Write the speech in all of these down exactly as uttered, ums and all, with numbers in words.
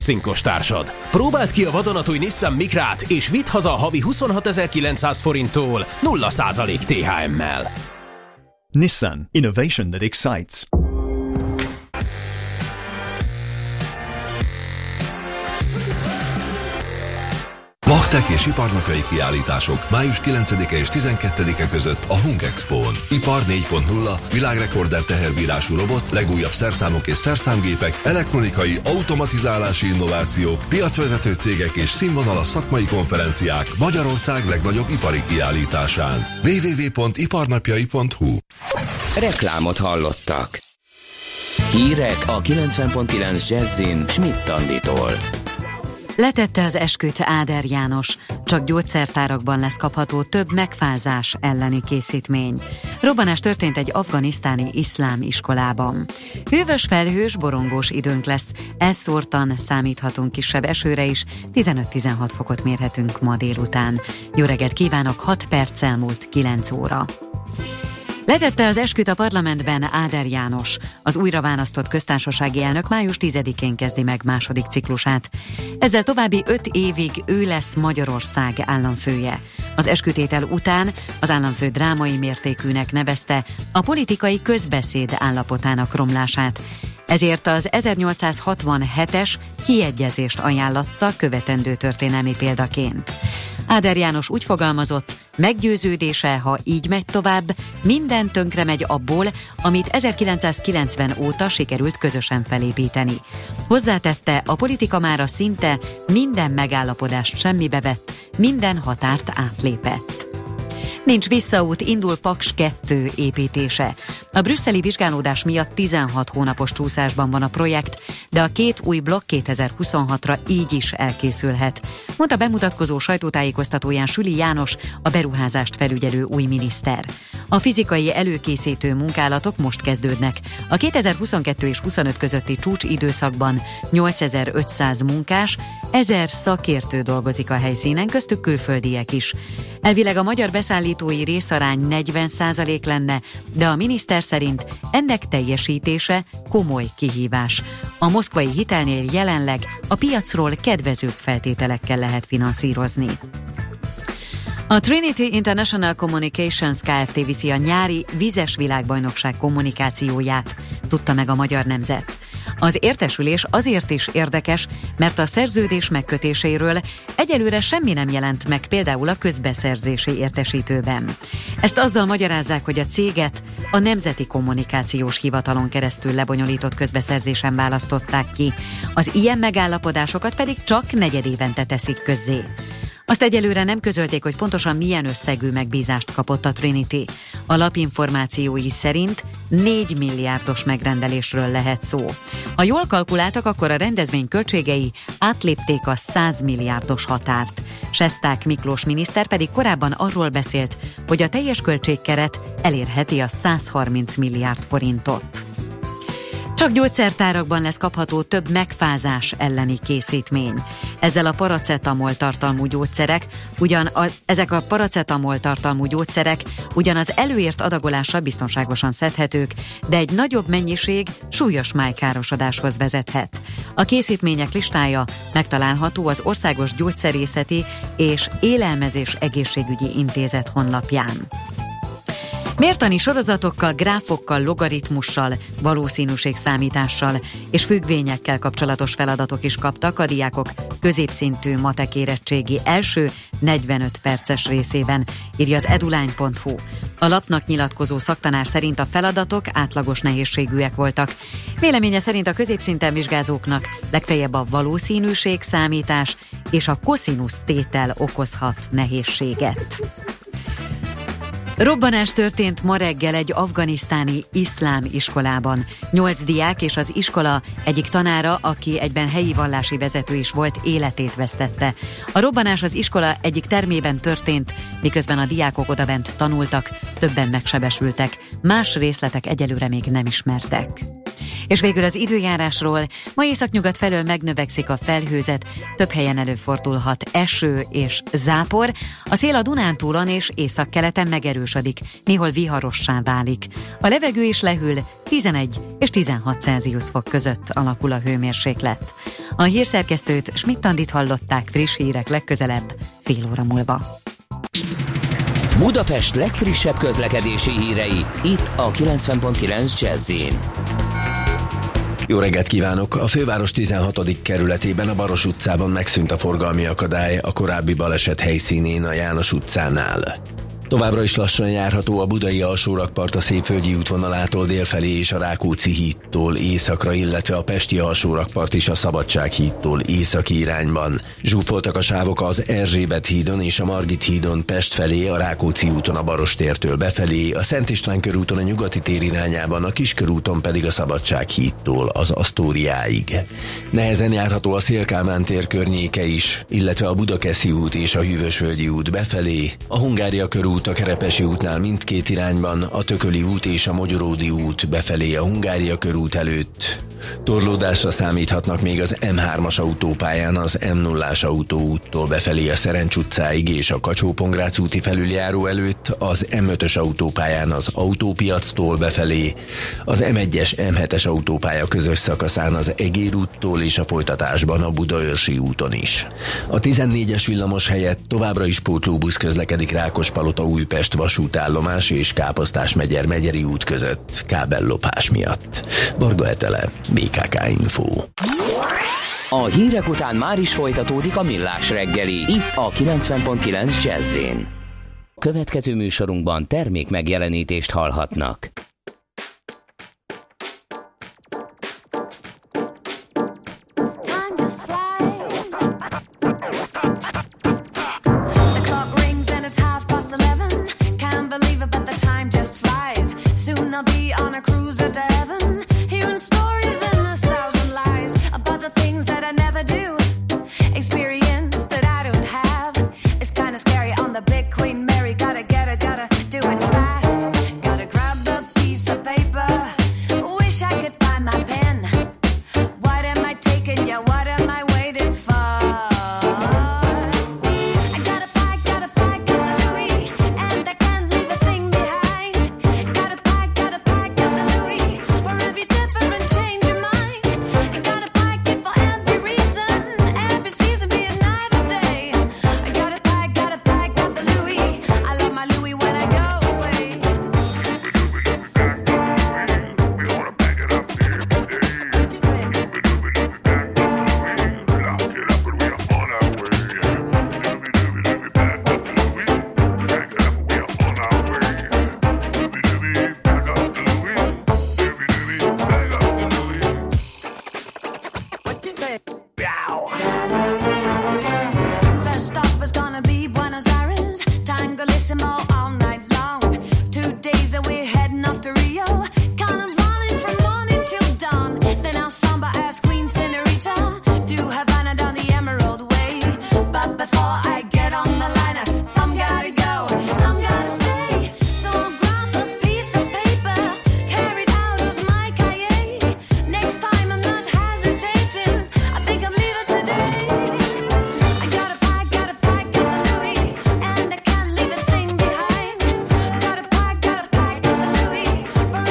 Szinkos társad. Próbáld ki a vadonatúj Nissan Micrát, és vidd haza a havi huszonhatezer-kilencszáz forinttól nulla százalék té há em-mel. Nissan. Innovation that excites. Magtech és iparnapjai kiállítások május kilencedike és tizenkettedike között a Hung Expón. Ipar négy pont nulla, világrekorder teherbírású robot, legújabb szerszámok és szerszámgépek, elektronikai, automatizálási innováció, piacvezető cégek és színvonalas szakmai konferenciák Magyarország legnagyobb ipari kiállításán. double-u double-u double-u pont iparnapjai pont hu. Reklámot hallottak. Hírek a kilencven pont kilenc Jazzin Schmidt Anditól. Letette az esküt Áder János, csak gyógyszertárakban lesz kapható több megfázás elleni készítmény. Robbanás történt egy afganisztáni iszlám iskolában. Hűvös, felhős, borongós időnk lesz, elszórtan számíthatunk kisebb esőre is, tizenöt-tizenhat fokot mérhetünk ma délután. Jó reggelt kívánok, hat perc elmúlt kilenc óra. Letette az esküt a parlamentben Áder János. Az újra választott köztársasági elnök május tizedikén kezdi meg második ciklusát. Ezzel további öt évig ő lesz Magyarország államfője. Az eskütétel után az államfő drámai mértékűnek nevezte a politikai közbeszéd állapotának romlását. Ezért az ezernyolcszázhatvanhetes kiegyezést ajánlatta követendő történelmi példaként. Áder János úgy fogalmazott, meggyőződése, ha így megy tovább, minden tönkre megy abból, amit ezerkilencszázkilencven óta sikerült közösen felépíteni. Hozzátette, a politika mára szinte minden megállapodást semmibe vett, minden határt átlépett. Nincs visszaút, indul Paks kettő építése. A brüsszeli vizsgálódás miatt tizenhat hónapos csúszásban van a projekt, de a két új blokk kétezer-huszonhatra így is elkészülhet, mondta bemutatkozó sajtótájékoztatóján Süli János, a beruházást felügyelő új miniszter. A fizikai előkészítő munkálatok most kezdődnek. A kétezer-huszonkettő és huszonöt közötti csúcs időszakban nyolcezer-ötszáz munkás, ezer szakértő dolgozik a helyszínen, köztük külföldiek is. Elvileg a magyar beszállítói részarány negyven százalék lenne, de a miniszter szerint ennek teljesítése komoly kihívás. A moszkvai hitelnél jelenleg a piacról kedvezőbb feltételekkel lehet finanszírozni. A Trinity International Communications Kft. Viszi a nyári vizes világbajnokság kommunikációját, tudta meg a Magyar Nemzet. Az értesülés azért is érdekes, mert a szerződés megkötéséről egyelőre semmi nem jelent meg például a közbeszerzési értesítőben. Ezt azzal magyarázzák, hogy a céget a Nemzeti Kommunikációs Hivatalon keresztül lebonyolított közbeszerzésen választották ki, az ilyen megállapodásokat pedig csak negyedévente teszik közzé. Azt egyelőre nem közölték, hogy pontosan milyen összegű megbízást kapott a Trinity. A lap információi szerint négy milliárdos megrendelésről lehet szó. Ha jól kalkuláltak, akkor a rendezvény költségei átlépték a száz milliárdos határt. Sesták Miklós miniszter pedig korábban arról beszélt, hogy a teljes költségkeret elérheti a száz harminc milliárd forintot. Csak gyógyszertárakban lesz kapható több megfázás elleni készítmény. Ezzel a paracetamol tartalmú gyógyszerek, ugyan a, ezek a paracetamol tartalmú gyógyszerek ugyan az előírt adagolással biztonságosan szedhetők, de egy nagyobb mennyiség súlyos májkárosodáshoz vezethet. A készítmények listája megtalálható az Országos Gyógyszerészeti és Élelmezés Egészségügyi Intézet honlapján. Mértani sorozatokkal, gráfokkal, logaritmussal, valószínűségszámítással és függvényekkel kapcsolatos feladatok is kaptak a diákok középszintű matek érettségi első negyvenöt perces részében, írja az edulány pont hu. A lapnak nyilatkozó szaktanár szerint a feladatok átlagos nehézségűek voltak. Véleménye szerint a középszinten vizsgázóknak legfeljebb a valószínűségszámítás és a koszinusz tétel okozhat nehézséget. Robbanás történt ma reggel egy afganisztáni iszlám iskolában. Nyolc diák és az iskola egyik tanára, aki egyben helyi vallási vezető is volt, életét vesztette. A robbanás az iskola egyik termében történt, miközben a diákok odabent tanultak, többen megsebesültek. Más részletek egyelőre még nem ismertek. És végül az időjárásról. Ma északnyugat felől megnövekszik a felhőzet, több helyen előfordulhat eső és zápor, a szél a Dunántúlon és északkeleten megerősödik, néhol viharossá válik. A levegő is lehűl, tizenegy és tizenhat Celsius fok között alakul a hőmérséklet. A hírszerkesztőt, Schmidt-Andit hallották, friss hírek legközelebb, fél óra múlva. Budapest legfrissebb közlekedési hírei, itt a kilencven pont kilenc Jazz-in. Jó reggelt kívánok! A főváros tizenhatodik kerületében a Baros utcában megszűnt a forgalmi akadály a korábbi baleset helyszínén a János utcánál. Továbbra is lassan járható a budai alsórakpart a Szépvölgyi útvonalától délfelé és a Rákóczi hídtól északra, illetve a pesti alsórakpart is a Szabadság hídtól északi irányban. Zsúfoltak a sávok az Erzsébet hídon és a Margit hídon Pest felé, a Rákóczi úton a Barostértől befelé, a Szent István körúton a Nyugati tér irányában, a Kiskörúton pedig a Szabadság hídtól az Asztóriáig. Nehezen járható a Széll-Kálmán tér környéke is, illetve a Budakeszi út és a Hűvösvölgyi út befelé, a Hungária körút a Kerepesi útnál mindkét irányban, a Tököli út és a Mogyoródi út befelé a Hungária körút előtt. Torlódásra számíthatnak még az em hármas autópályán az em nullás autóúttól befelé a Szerencs utcáig és a Kacsó-Pongrác úti felüljáró előtt, az em ötös autópályán az Autópiactól befelé, az em egyes em hetes autópálya közös szakaszán az Egér úttól és a folytatásban a Budaörsi úton is. A tizennégyes villamos helyett továbbra is pótlóbusz közlekedik Rákospalota Újpest vasútállomás és Káposztás-megyer Megyeri út között kábellopás miatt. Varga Etele, bé ká ká Info. A hírek után már is folytatódik a Millás reggeli, itt a kilencven pont kilenc Jazz-in. Következő műsorunkban termék megjelenítést hallhatnak.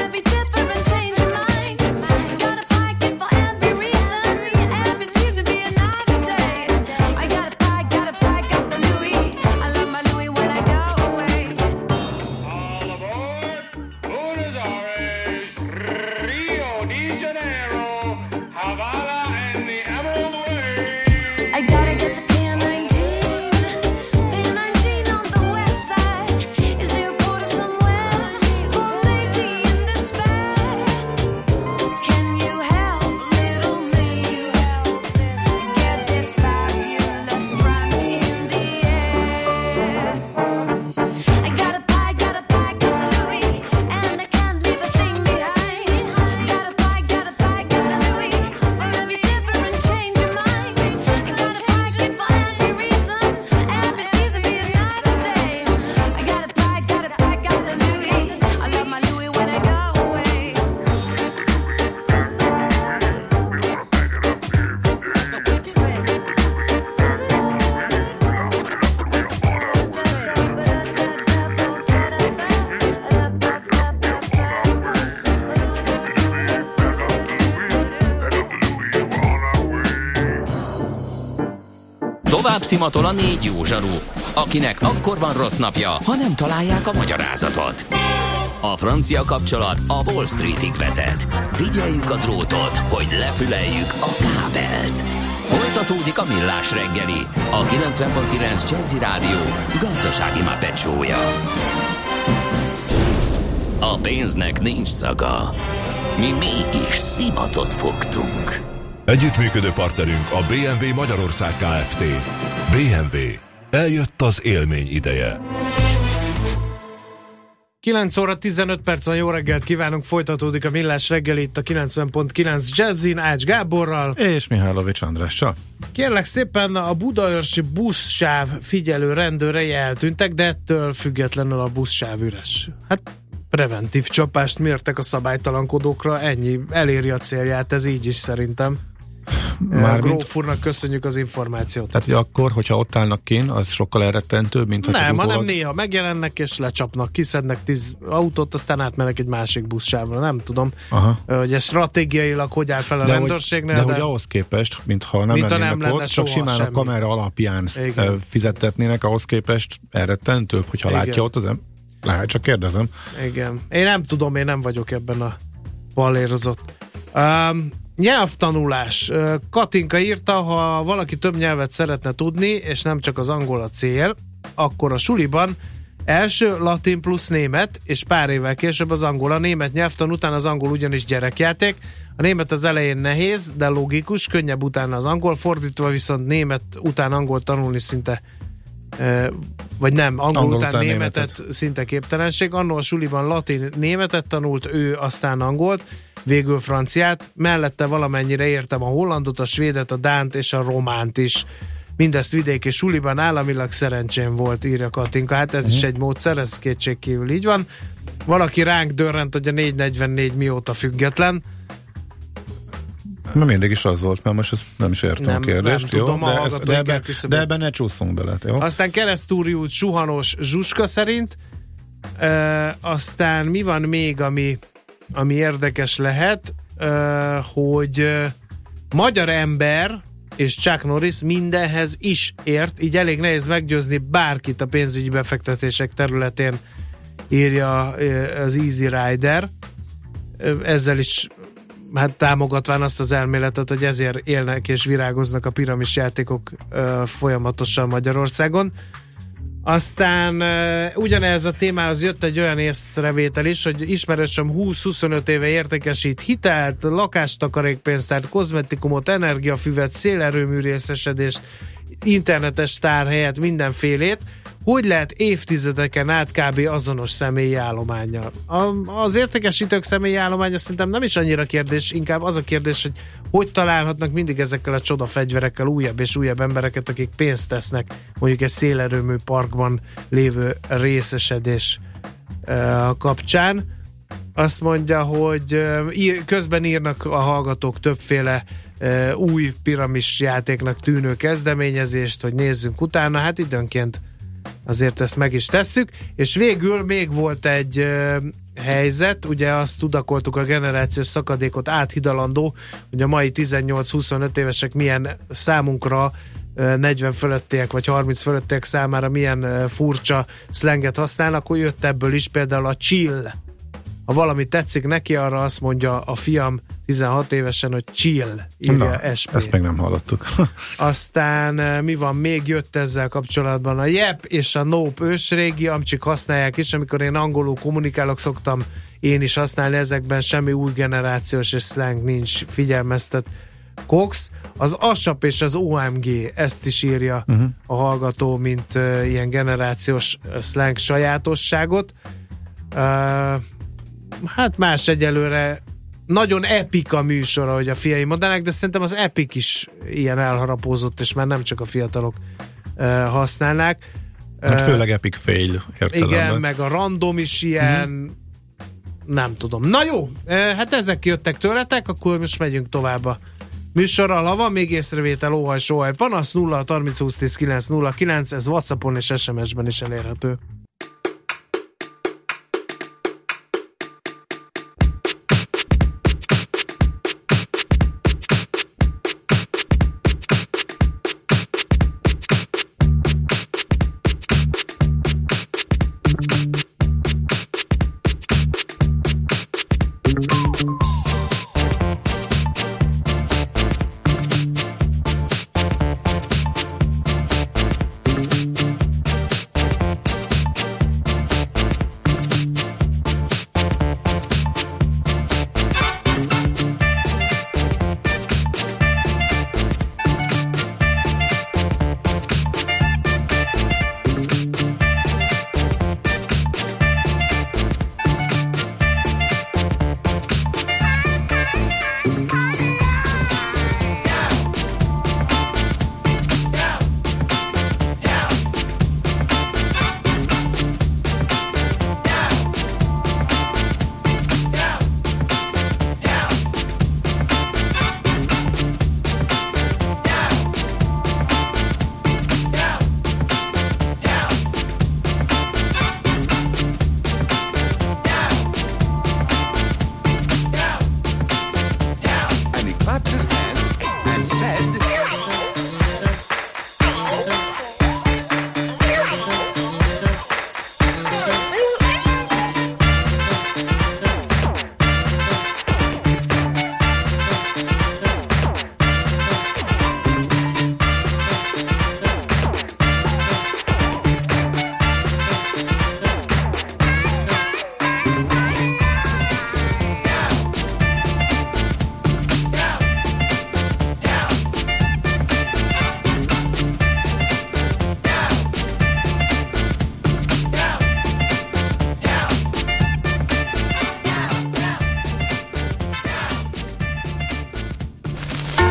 Be Tovább szimatol a négy jó zsaru, akinek akkor van rossz napja, ha nem találják a magyarázatot. A francia kapcsolat a Wall Streetig vezet. Figyeljük a drótot, hogy lefüleljük a kábelt. Folytatódik a Millás reggeli, a kilencven pont kilenc Jazzy Rádió gazdasági Muppet show-ja. A pénznek nincs szaga. Mi mégis szimatot fogtunk. Együttműködő partnerünk a bé em vé Magyarország Kft. bé em vé. Eljött az élmény ideje. kilenc óra tizenöt perc van, jó reggelt kívánunk, folytatódik a Millás reggeli itt a kilencven pont kilenc Jazzin, Ács Gáborral. És Mihálovics Andrással. Kérlek szépen, a budaörsi buszsáv figyelő rendőrei eltűntek, de ettől függetlenül a buszsáv üres. Hát preventív csapást mértek a szabálytalankodókra, ennyi, eléri a célját, ez így is szerintem. Gróf úrnak köszönjük az információt. Tehát, hogy akkor, hogyha ott állnak kín, az sokkal elrettentőbb, mint hogy nem, utólag... hanem néha megjelennek és lecsapnak, kiszednek tíz autót, aztán átmennek egy másik buszsávra. Nem tudom, aha, hogy ez stratégiailag hogy áll fel a de rendőrségnél. Hogy, de, de hogy ahhoz képest, mintha nem mint lennének nem ott, csak simán semmi. A kamera alapján igen. fizettetnének, ahhoz képest elrettentőbb, hogyha igen. látja ott az em... Lehet, csak kérdezem. Igen. Én nem tudom, én nem vagyok ebben a pallérozott. Um, Nyelvtanulás. Katinka írta, ha valaki több nyelvet szeretne tudni, és nem csak az angol a cél, akkor a suliban első latin plusz német, és pár évvel később az angol. A német nyelvtan után az angol ugyanis gyerekjáték. A német az elején nehéz, de logikus, könnyebb utána az angol, fordítva viszont német után angol tanulni szinte vagy nem, angol, angol után, után németet, németet szinte képtelenség. Annól a suliban latin németet tanult, ő aztán angolt, végül franciát, mellette valamennyire értem a hollandot, a svédet, a dánt és a románt is. Mindezt vidéki suliban államilag szerencsém volt, írja Katinka. Hát ez uh-huh. is egy módszer, ez kétségkívül így van. Valaki ránk dörrent, hogy a négy negyvennégy mióta független. Mert mindig is az volt, mert most ezt nem is értem nem, a kérdést. Nem, jó? Tudom, de, ez, de, ebben, de ebben ne csúszunk bele. Jó? Aztán keresztúri út suhanós Zsuska szerint. E, aztán mi van még, ami, ami érdekes lehet, e, hogy e, magyar ember és Chuck Norris mindenhez is ért, így elég nehéz meggyőzni bárkit a pénzügyi befektetések területén, írja az Easy Rider. Ezzel is hát támogatván azt az elméletet, hogy ezért élnek és virágoznak a piramis játékok ö, folyamatosan Magyarországon. Aztán ö, ugyanez a témához jött egy olyan észrevétel is, hogy ismerősöm húsz-huszonöt éve értékesít hitelt, lakástakarékpénztárt, kozmetikumot, energiafüvet, szélerőmű részesedést, internetes tárhelyet, mindenfélét. Hogy lehet évtizedeken át kb. Azonos személyi állománnyal? A, az értékesítők személyi állománya szerintem nem is annyira kérdés, inkább az a kérdés, hogy hogy találhatnak mindig ezekkel a csoda fegyverekkel újabb és újabb embereket, akik pénzt tesznek mondjuk egy szélerőmű parkban lévő részesedés uh, kapcsán. Azt mondja, hogy uh, ír, közben írnak a hallgatók többféle uh, új piramis játéknak tűnő kezdeményezést, hogy nézzünk utána, hát időnként azért ezt meg is tesszük, és végül még volt egy uh, helyzet, ugye azt tudakoltuk, a generációs szakadékot áthidalandó, hogy a mai tizennyolc-huszonöt évesek milyen számunkra uh, negyven fölöttiek vagy harminc fölöttiek számára milyen uh, furcsa szlenget használnak, hogy jött ebből is például a chill. Ha valami tetszik neki, arra azt mondja a fiam tizenhat évesen, hogy chill, írja na, es pé. Ezt még nem hallottuk. Aztán mi van még, jött ezzel kapcsolatban a yep és a nope ősrégi, amcsik használják is, amikor én angolul kommunikálok, szoktam én is használni, ezekben semmi új generációs és slang nincs, figyelmeztet Cox. Az ASAP és az o em gé, ezt is írja uh-huh. a hallgató, mint uh, ilyen generációs uh, slang sajátosságot. Uh, hát más egyelőre nagyon epik a műsor, ahogy a fiaim mondanák, de szerintem az epik is ilyen elharapózott, és már nem csak a fiatalok uh, használnák. Hát főleg epic fail értelemben. Igen, meg a random is ilyen, hmm. nem tudom. Na jó, uh, hát ezek jöttek tőletek, akkor most megyünk tovább a műsorral. Ha van még észrevétel, óhaj, sóhaj, panasz, nulla harminc húsz tíz kilenc nulla kilenc, ez WhatsAppon és es em es-ben is elérhető.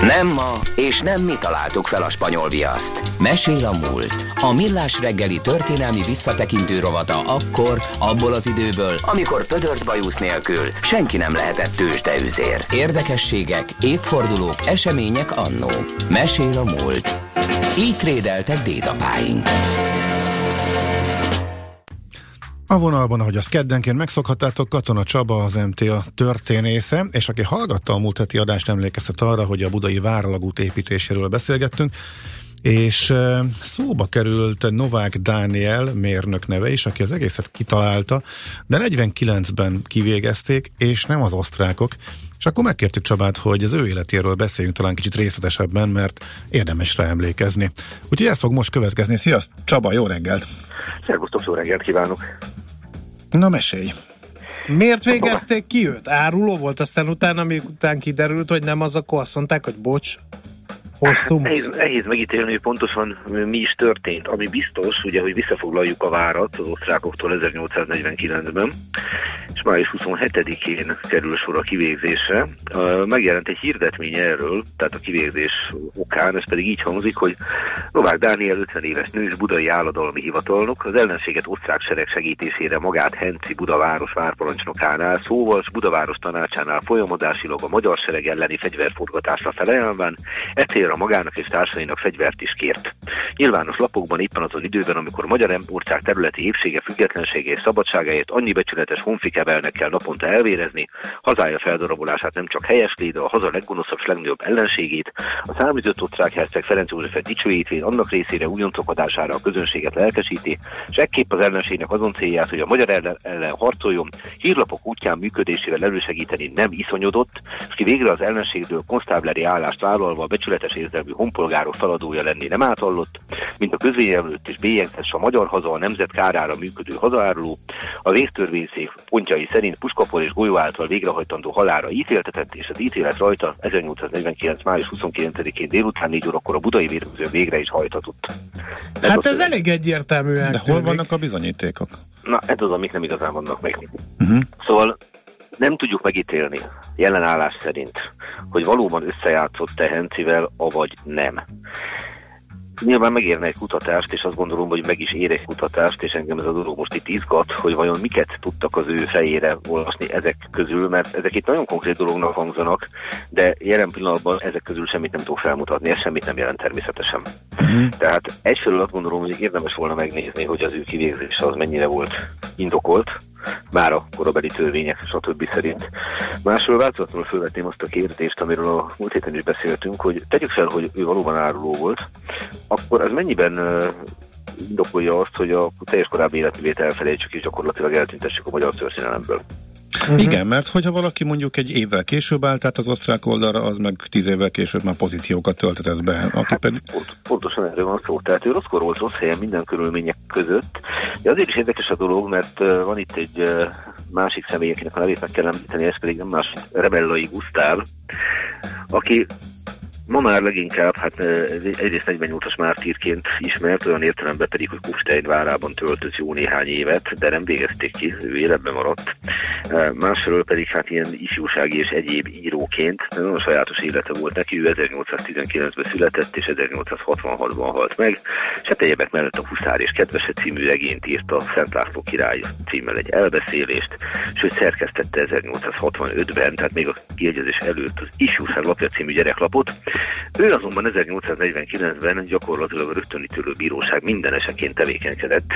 Nem ma, és nem mi találtuk fel a spanyol viaszt. Mesél a múlt. A Millás reggeli történelmi visszatekintő rovata akkor, abból az időből, amikor pödört bajusz nélkül senki nem lehetett tőzsdeüzér. Érdekességek, évfordulók, események annó. Mesél a múlt. Így trédeltek dédapáink. A vonalban, ahogy azt keddenként megszokhattátok, Katona Csaba, az em té á történésze, és aki hallgatta a múlt heti adást, emlékeztet arra, hogy a budai váralagút építéséről beszélgettünk, és szóba került Novák Dániel mérnök neve is, aki az egészet kitalálta, de negyvenkilencben kivégezték, és nem az osztrákok. És akkor megkértük Csabát, hogy az ő életéről beszéljünk talán kicsit részletesebben, mert érdemes rá emlékezni. Úgyhogy ez fog most következni. Sziasztok, Csaba, jó reggelt! Szervusztok, jó reggelt kívánok! Na, mesélj! Miért végezték ki őt? Áruló volt, aztán utána, amíg után kiderült, hogy nem az, akkor azt mondták, hogy bocs, hoztunk. Nehéz, nehéz megítélni, hogy pontosan mi is történt. Ami biztos, ugye, hogy visszafoglaljuk a várat az osztrákoktól ezernyolcszáznegyvenkilencben, és május huszonhetedikén kerül sor a kivégzésre. Megjelent egy hirdetmény erről, tehát a kivégzés okán, ez pedig így hangzik, hogy Novák Dániel ötven éves nő és budai álladalmi hivatalnok az ellenséget osztrák sereg segítésére magát Henci Budaváros várparancsnokánál, szóval s Budaváros tanácsánál folyamodásilag a magyar sereg elleni fegyverforgatásra felajánlván, e célra magának és társainak fegyvert is kért. Nyilvános lapokban éppen azon időben, amikor a magyar ország területi épsége, függetlensége és szabadságáért annyi becsületes honfikevelnek kell naponta elvérezni, hazája feldarabolását nem csak helyesli, de a haza leggonoszabb s legnagyobb ellenségét, a száműzött osztrák herceg Ferenc Józsefet dicsőítvén annak részére újoncokodására a közönséget lelkesíti, és ekképp az ellenségnek azon célját, hogy a magyar ellen, ellen harcoljon, hírlapok útján működésével elősegíteni nem iszonyodott, és ki végre az ellenségről konsztábleri állást vállalva a becsületes érzelmű honpolgárok feladója lenni nem átallott, mint a közvény előtt is bélyegzess a magyar haza a nemzet kárára működő hazaáruló, a végtörvényszék pontjai szerint puskapor és golyó által végrehajtandó halálra ítéltetett, és az ítélet rajta ezernyolcszáznegyvenkilenc május huszonkilencedikén délután négy órakor a budai vérmezőn végre is hajtatott. Ez hát ez elég egyértelműen. De hol vannak a bizonyítékok? Na, ez az, amik nem igazán vannak meg. Uh-huh. Szóval nem tudjuk megítélni jelen állás szerint, hogy valóban összejátszott-e Hencivel, avagy nem. Nyilván megérne egy kutatást, és azt gondolom, hogy meg is ér egy kutatást, és engem ez a dolog most itt izgat, hogy vajon miket tudtak az ő fejére olvasni ezek közül, mert ezek itt nagyon konkrét dolognak hangzanak, de jelen pillanatban ezek közül semmit nem tudok felmutatni, ez semmit nem jelent természetesen. Mm. Tehát egyfelől azt gondolom, hogy érdemes volna megnézni, hogy az ő kivégzése az mennyire volt indokolt, már a korabeli törvények, stb. Szerint. Másról változatlanul felvetném azt a kérdést, amiről a múlt héten is beszéltünk, hogy tegyük fel, hogy ő valóban áruló volt, akkor ez mennyiben uh, indokolja azt, hogy a teljes korábbi életművét elfelejtsük és gyakorlatilag eltüntessük a magyar történelemből. Uh-huh. Igen, mert hogyha valaki mondjuk egy évvel később állt át az osztrák oldalra, az meg tíz évvel később már pozíciókat töltetett be. Aki hát, pedig... pont, pontosan erről van szó. Tehát ő rosszkor volt rossz helyen minden körülmények között. De azért is érdekes a dolog, mert uh, van itt egy uh, másik személy, akinek a nevét meg kell említeni, ez pedig nem más Rebellai Gusztáv, aki ma már leginkább, hát egyrészt negyvennyolcas mártírként ismert, olyan értelemben pedig, hogy Kufstein várában töltött jó néhány évet, de nem végezték ki, ő életben maradt. Másfelől pedig hát ilyen ifjúsági és egyéb íróként nagyon sajátos élete volt neki, ő ezernyolcszáztizenkilencben született, és ezernyolcszázhatvanhatban halt meg, és hát egyebek mellett a Huszár és kedvese című regényt írt a Szent László király címmel egy elbeszélést, sőt szerkesztette ezernyolcszázhatvanötben, tehát még a kiegyezés előtt az Ifjúság lapja című gyereklapot. Ő azonban ezernyolcszáznegyvenkilencben gyakorlatilag a rögtönítőlő bíróság minden eseként tevékenykedett,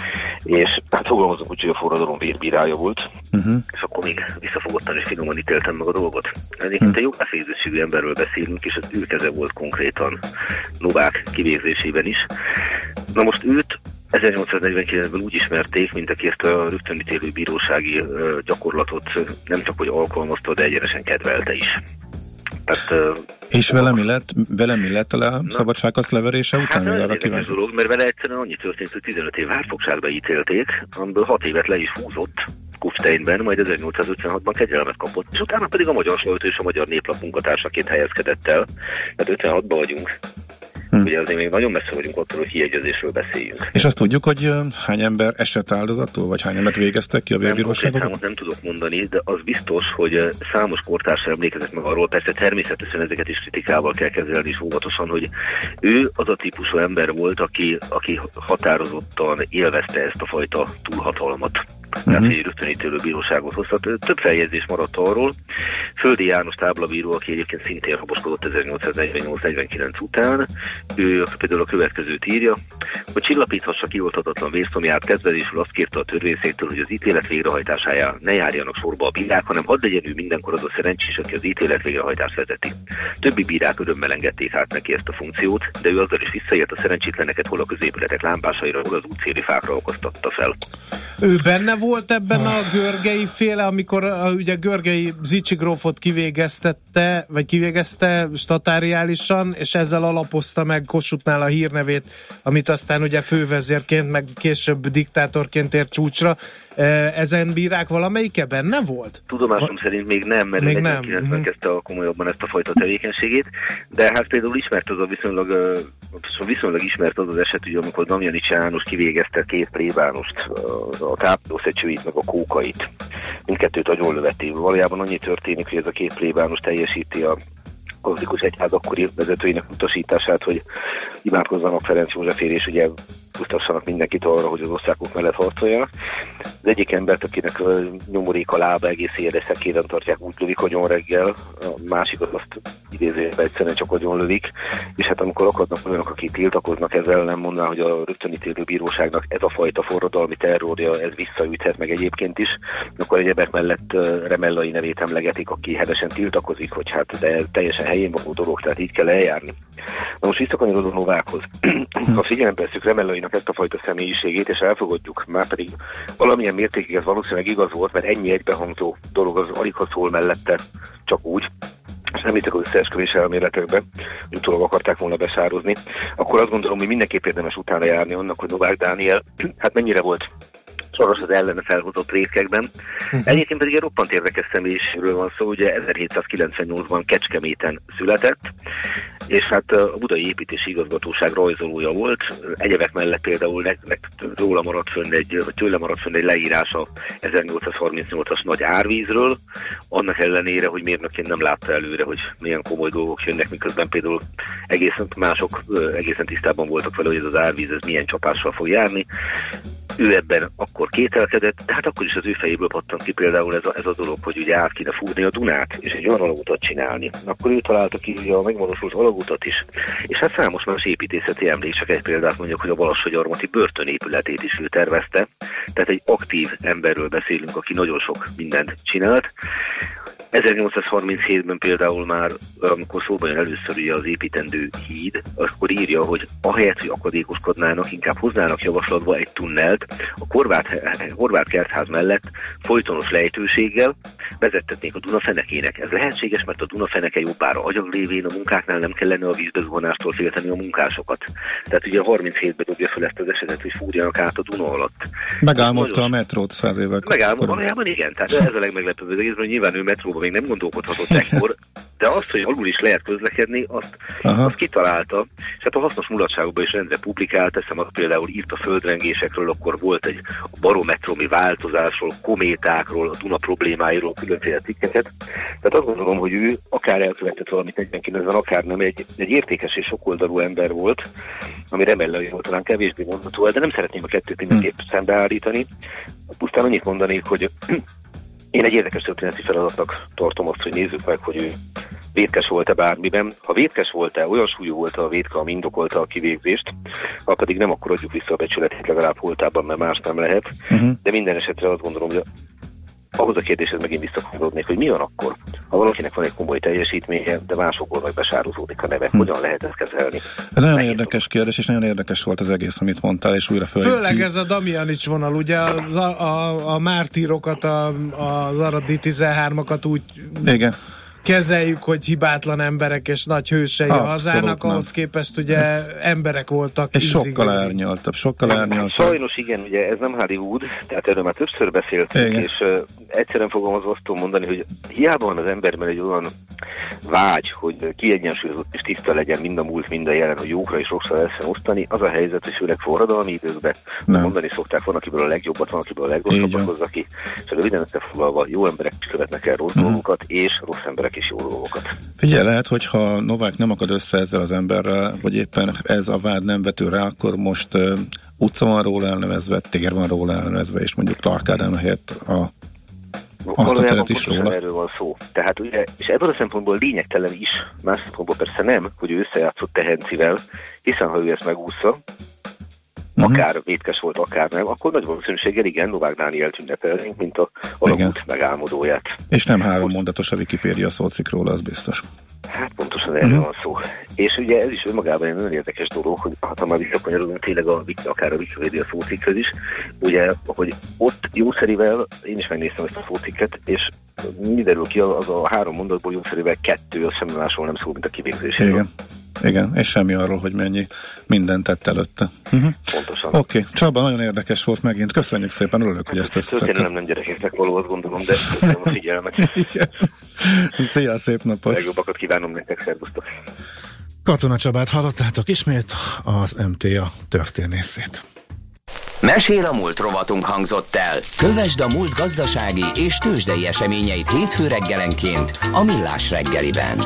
és hát fogalmazunk úgy, hogy a forradalom vérbírája volt, uh-huh. és akkor még visszafogottan és finoman ítéltem meg a dolgot. Egyébként uh-huh. egy jogászvégzőségű emberről beszélünk, és az ő keze volt konkrétan Novák kivégzésében is. Na most őt ezernyolcszáznegyvenkilencben úgy ismerték, mint akért a rögtönítélő bírósági gyakorlatot nem csak hogy alkalmazta, de egyenesen kedvelte is. Tehát, és vele mi lett, vele mi lett a szabadságharc leverése után? Hát ez érdekes dolog, mert vele egyszerűen annyi történt, hogy tizenöt év hártfogságba ítélték, amiből hat évet le is húzott Kufsteinben, majd ezernyolcszázötvenhatban kegyelmet kapott, és utána pedig a Magyar Sajtó és a Magyar Néplap munkatársaként helyezkedett el. Tehát ötvenhatban vagyunk. Hm. Ugye azért még nagyon messze vagyunk attól, hogy kiegyezésről beszéljünk. És azt tudjuk, hogy hány ember esett áldozatul, vagy hány embert végeztek ki a vérbíróságon? Nem, nem tudok mondani, de az biztos, hogy számos kortársa emlékezett meg arról, persze természetesen ezeket is kritikával kell kezelni is óvatosan, hogy ő az a típusú ember volt, aki, aki határozottan élvezte ezt a fajta túlhatalmat. Uh-huh. Tehát, hogy rögtönítélő bíróságot hoztat. Több feljegyzés maradt arról. Földi János táblabíró, aki egyébként szintén raboskodott ezernyolcszáznegyvennyolc negyvenkilenc után, ő például a következőt írja, hogy csillapíthassa kioltathatlan vérszomját, kezdvezésül azt kérte a törvényszéktől, hogy az ítélet végrehajtásájára ne járjanak sorba a bírák, hanem hadd legyen ő mindenkor az a szerencsés, aki az ítélet végrehajtást vezeti. Többi bírák örömmel engedték át neki ezt a funkciót, de ő azzal is visszaért a szerencsétleneket hol a középületek lámpásaira, hol az útszéli fákra okoztatta fel. Ő benne volt ebben a Görgei féle, amikor a, ugye Görgei Zichy grófot kivégeztette, vagy kivégezte statáriálisan, és ezzel alapozta meg Kossuthnál a hírnevét, amit aztán ugye fővezérként, meg később diktátorként ért csúcsra. Ezen bírák valamelyike benne volt? Tudomásom Va- szerint még nem, mert még negyvenkilencben nem. kezdte a komolyabban ezt a fajta tevékenységét, de hát például ismert az a viszonylag, viszonylag ismert az az eset, ugye, amikor Damjanics János kivégezte két plébánost, a táplószecsőit meg a kókait. Mindkettőt agyonlövették. Valójában annyi történik, hogy ez a két plébános teljesíti a katolikus egyház akkori vezetőinek utasítását, hogy imádkozzanak Ferenc Józsefért, és ugye pusztassanak mindenkit arra, hogy az osztrákok mellett harcoljanak. Az egyik embert, akinek nyomorék a lába egész éjjel szekéren tartják, úgy lövik agyon reggel, a másikat azt idézőjelben egyszerűen csak agyon lövik, és hát amikor akadnak olyanok, akik tiltakoznak ezzel, nem mondaná, hogy a rögtönítélő bíróságnak ez a fajta forradalmi terrorja, ez visszaüthet meg egyébként is, akkor egyebek mellett Remellai nevét emlegetik, aki hevesen tiltakozik, hogy hát de teljesen helyén való dolog, tehát így kell eljárni. Na most visszakanyarodom Novákhoz. Ha figyelembe vesszük Remellainak ezt a fajta személyiségét, és elfogadjuk, már pedig valamilyen mértékig ez valószínűleg igaz volt, mert ennyi egybehangzó dolog az alig ha szól mellette, csak úgy, és nem hittek az összeesküvés elméletekbe, hogy utólag akarták volna besározni, akkor azt gondolom, hogy mindenképp érdemes utána járni annak, hogy Novák Dániel hát mennyire volt soros az ellene felhozott rétkekben. Uh-huh. Egyébként pedig egy roppant érdekes személyiségről van szó, ugye ezerhétszázkilencvennyolcban Kecskeméten született, és hát a Budai Építési Igazgatóság rajzolója volt. Egyebek mellett például ne, ne, róla maradt fönn egy, vagy tőle maradt fönn egy leírás a ezernyolcszázharmincnyolcas nagy árvízről, annak ellenére, hogy mérnökként nem látta előre, hogy milyen komoly dolgok jönnek, miközben például egészen mások egészen tisztában voltak vele, hogy ez az árvíz ez milyen csapással fog járni. Ő ebben akkor kételkedett, de hát akkor is az ő fejéből pattant ki például ez a, ez a dolog, hogy ugye át kéne fúrni a Dunát, és egy olyan alagutat csinálni. Akkor ő találta ki a megvalósult alagutat is, és hát számos más építészeti emlék, csak egy példát mondjuk, hogy a Balassagyarmati börtönépületét is ő tervezte, tehát egy aktív emberről beszélünk, aki nagyon sok mindent csinált. ezernyolcszázharminchétben például már, amikor szóba jön először ugye az építendő híd, akkor írja, hogy ahelyett, hogy akadékoskodnának, inkább hoznának javaslatba egy tunnelt a Horváth kertház mellett folytonos lejtőséggel, vezettetnék a Duna fenekének. Ez lehetséges, mert a Duna feneke jobbára agyag lévén a munkáknál nem kellene a vízbezuhanástól félteni a munkásokat. Tehát ugye harminchétben dobja fel ezt az esetet, hogy fúrjanak át a Duna alatt. Megálmodta a metrót száz évvel. Megálmodta, valójában igen. Tehát ez a legmeglepőbb az egész, hogy nyilván ő metróban még nem gondolkodhatott ekkor, de azt, hogy alul is lehet közlekedni, azt, azt kitalálta, és hát a hasznos mulatságokban is rendre publikált, teszem, azt például írt a földrengésekről, akkor volt egy barometromi változásról, kométákról, a Duna problémáiról, különféle cikkeket. Tehát azt gondolom, hogy ő akár elkövetett valamit negyvenkilencben, akár nem, egy, egy értékes és sokoldalú ember volt, ami Remellai volt talán kevésbé mondható el, de nem szeretném a kettőt mindenképp szembeállítani. Pusztán annyit mondanék, hogy én egy érdekes történeti feladatnak tartom azt, hogy nézzük meg, hogy ő vétkes volt-e bármiben. Ha vétkes volt-e, olyan súlyú volt-e a vétka, ami indokolta a kivégzést, ha pedig nem, akkor adjuk vissza a becsületét legalább holtában, mert más nem lehet. Uh-huh. De minden esetre azt gondolom, hogy ahhoz a kérdéshez megint visszakanyarodnék, hogy mi van akkor, ha valakinek van egy komoly teljesítménye, de másokból meg besározódik a neve. Hm. Hogyan lehet ezt kezelni? Ez nagyon Megint érdekes tudom. kérdés, és nagyon érdekes volt az egész, amit mondtál, és újra föl. Főleg ez a Damjanics vonal, ugye az, a, a, a mártírokat, a, az aradi tizenhármakat úgy... Igen. kezeljük, hogy hibátlan emberek és nagy hősei a hazának, nem. ahhoz képest ugye ez emberek voltak. És sokkal árnyaltabb, sokkal árnyaltabb. Sajnos igen, ugye ez nem Hollywood, tehát erről már többször beszéltünk, igen. és uh, egyszerűen fogalmazva azt tudom mondani, hogy hiába van az emberben egy olyan vágy, hogy kiegyensúlyozott és tiszta legyen mind a múlt, mind a jelen, hogy jókra és rosszra lehessen osztani, az a helyzet, hogy főleg forradalmi időkben mondani szokták, van akiből a legjobbat, van akiből a legrosszabbat hozza ki, és röviden összefoglalva jó emberek is követnek el rossz uh-huh. dolgokat, és rossz emberek is jó dolgokat. Figyelj, lehet, hogyha Novák nem akad össze ezzel az emberrel, vagy éppen ez a vád nem vető rá, akkor most uh, utca van róla elnevezve, tér van róla elnevezve, és mondjuk Clark Ádám helyett a azt a teret is róla. Erről van szó. Tehát ugye, és ebből a szempontból lényegtelen is, más szempontból persze nem, hogy ő összejátszott Tehencivel, hiszen ha ő ezt megúszza, uh-huh. akár vétkes volt, akár nem, akkor nagy valószínűséggel igen, Novák Dánielt ünnepelnénk, mint a alagút megálmodóját. És nem három mondatos a Wikipédia szócikk róla, az biztos. Hát pontosan erről uh-huh. van szó. És ugye ez is önmagában egy nagyon érdekes dolog, hogy ha már visszakanyarodunk tényleg a, akár a Wikipédia szócikkhöz is, ugye, hogy ott jószerivel, én is megnéztem ezt a szócikket, és mi derül ki, az a három mondatból jószerivel kettő, az semmi másról nem szól, mint a kivégzéséről. Igen. Igen, és semmi arról, hogy mennyi mindent tett előtte. Uh-huh. Pontosan. Oké, okay. Csaba, nagyon érdekes volt megint. Köszönjük szépen, örülök, hogy ezt összeszedtem. Történelem nem gyerekeknek való, azt gondolom, de köszönöm a figyelmet. Igen. Szia, szép napot! Legjobbakat kívánom nektek, szervusztok! Katona Csabát hallottátok ismét, az em té á történészét. Mesél a múlt rovatunk hangzott el. Kövesd a múlt gazdasági és tőzsdei eseményeit hétfő reggelenként a Millás reggeliben.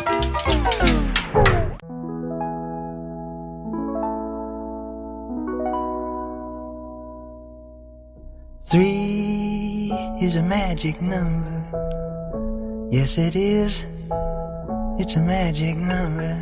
Three is a magic number. Yes, it is. It's a magic number.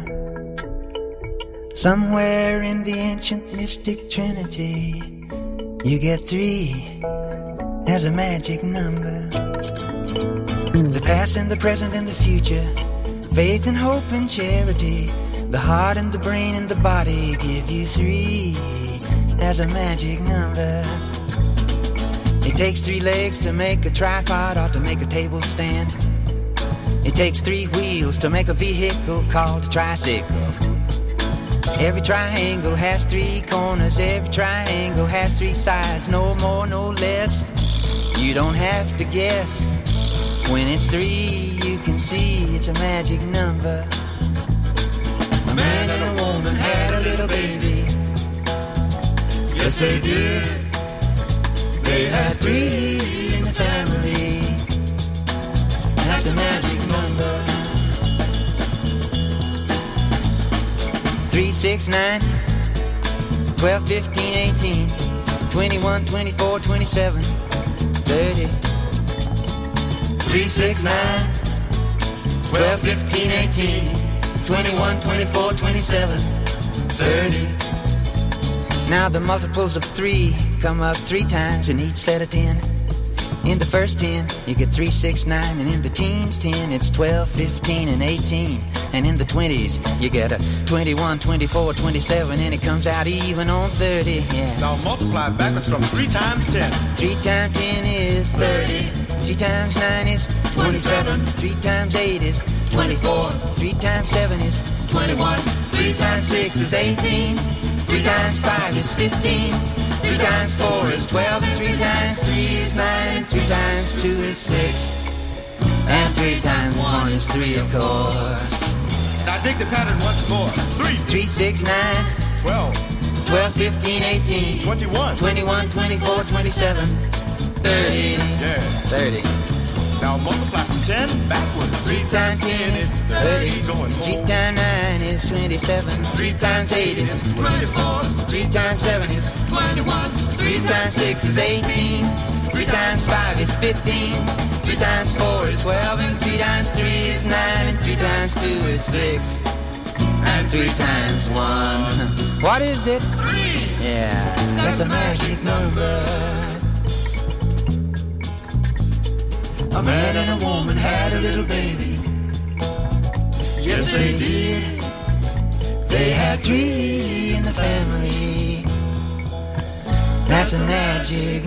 Somewhere in the ancient mystic trinity, you get three as a magic number. The past and the present and the future, faith and hope and charity, the heart and the brain and the body give you three as a magic number. It takes three legs to make a tripod or to make a table stand. It takes three wheels to make a vehicle called a tricycle. Every triangle has three corners, every triangle has three sides, no more, no less. You don't have to guess. When it's three, you can see it's a magic number. A man and a woman had a little baby. Yes, they did. They had three in the family. That's a magic number. Three, six, nine, twelve, fifteen, eighteen, twenty-one, twenty-four, twenty-seven, thirty. Three, six, nine, twelve, fifteen, eighteen, twenty-one, twenty-four, twenty-seven, thirty. Now the multiples of three come up three times in each set of ten. In the first ten, you get three, six, nine, and in the teens, ten, it's twelve, fifteen, and eighteen. And in the twenties, you get a twenty-one, twenty-four, twenty-seven, and it comes out even on thirty, yeah. Now multiply backwards from three times ten. Three times ten is thirty. Three times nine is twenty-seven. Three times eight is twenty-four. Three times seven is twenty-one. Three times six is eighteen. Three times five is fifteen. Three times four is twelve. And three times three is nine. And three times two is six. And three times one is three, of course. Now dig the pattern once more. Three. Three, six, nine. Twelve. Twelve, fifteen, eighteen. Twenty-one. Twenty-one, twenty-four, twenty-seven. Thirty. Yeah. Thirty. Now multiply from ten backwards. Three times ten is thirty. Going Three times nine is twenty-seven. Three times eight is twenty-four. Three times seven is twenty-one. Three times six is eighteen. Three times five is fifteen. Three times four is twelve. And three times three is nine. And three times two is six. And three times one. What is it? Three. Yeah, that's a magic number. A man and a woman had a little baby. Yes, they did. They had three in the family. That's a magic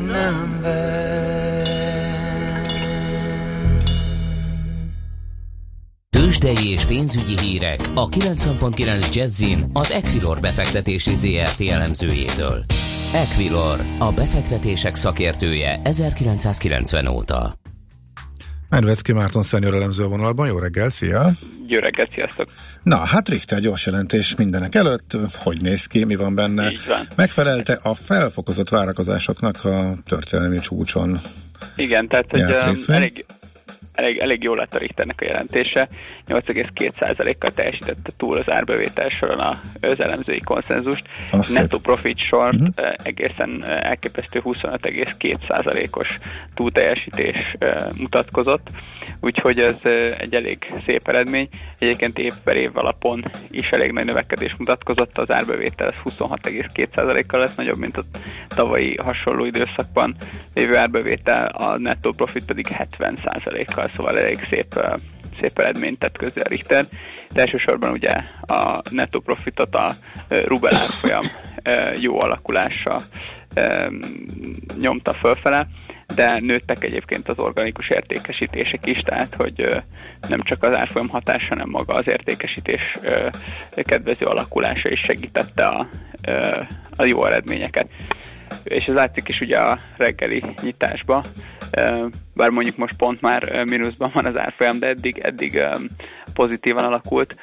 number. Tőzsdei és pénzügyi hírek a kilencven pont kilenc Jazzin az Equilor befektetési zé er té elemzőjétől. Equilor, a befektetések szakértője ezerkilencszázkilencven óta. Medvecki Márton szenior elemző a vonalban. Jó reggel, szia! Jó reggel, sziasztok! Na, hát Richter gyors jelentés mindenek előtt. Hogy néz ki, mi van benne? Így van. Megfelelte a felfokozott várakozásoknak a történelmi csúcson? Igen, tehát hogy um, elég, elég, elég jó lett a Richternek a jelentése. nyolc egész két százalékkal teljesítette túl az árbevétel soron az elemzői konszenzust. Netto profit sort uh-huh. egészen elképesztő huszonöt egész két százalékos túlteljesítés mutatkozott, úgyhogy ez egy elég szép eredmény. Egyébként év per év alapon is elég nagy növekedés mutatkozott, az árbevétel az huszonhat egész két százalékkal lesz nagyobb, mint a tavalyi hasonló időszakban lévő árbevétel, a netto profit pedig hetven százalékkal, szóval elég szép szép eredményt tett közé a Richter. De elsősorban ugye a netto profitot a rubel árfolyam jó alakulása nyomta fölfele, de nőttek egyébként az organikus értékesítések is, tehát hogy nem csak az árfolyam hatása, hanem maga az értékesítés kedvező alakulása is segítette a, a jó eredményeket. És ez látszik is ugye a reggeli nyitásba, bár mondjuk most pont már mínuszban van az árfolyam, de eddig, eddig pozitívan alakult.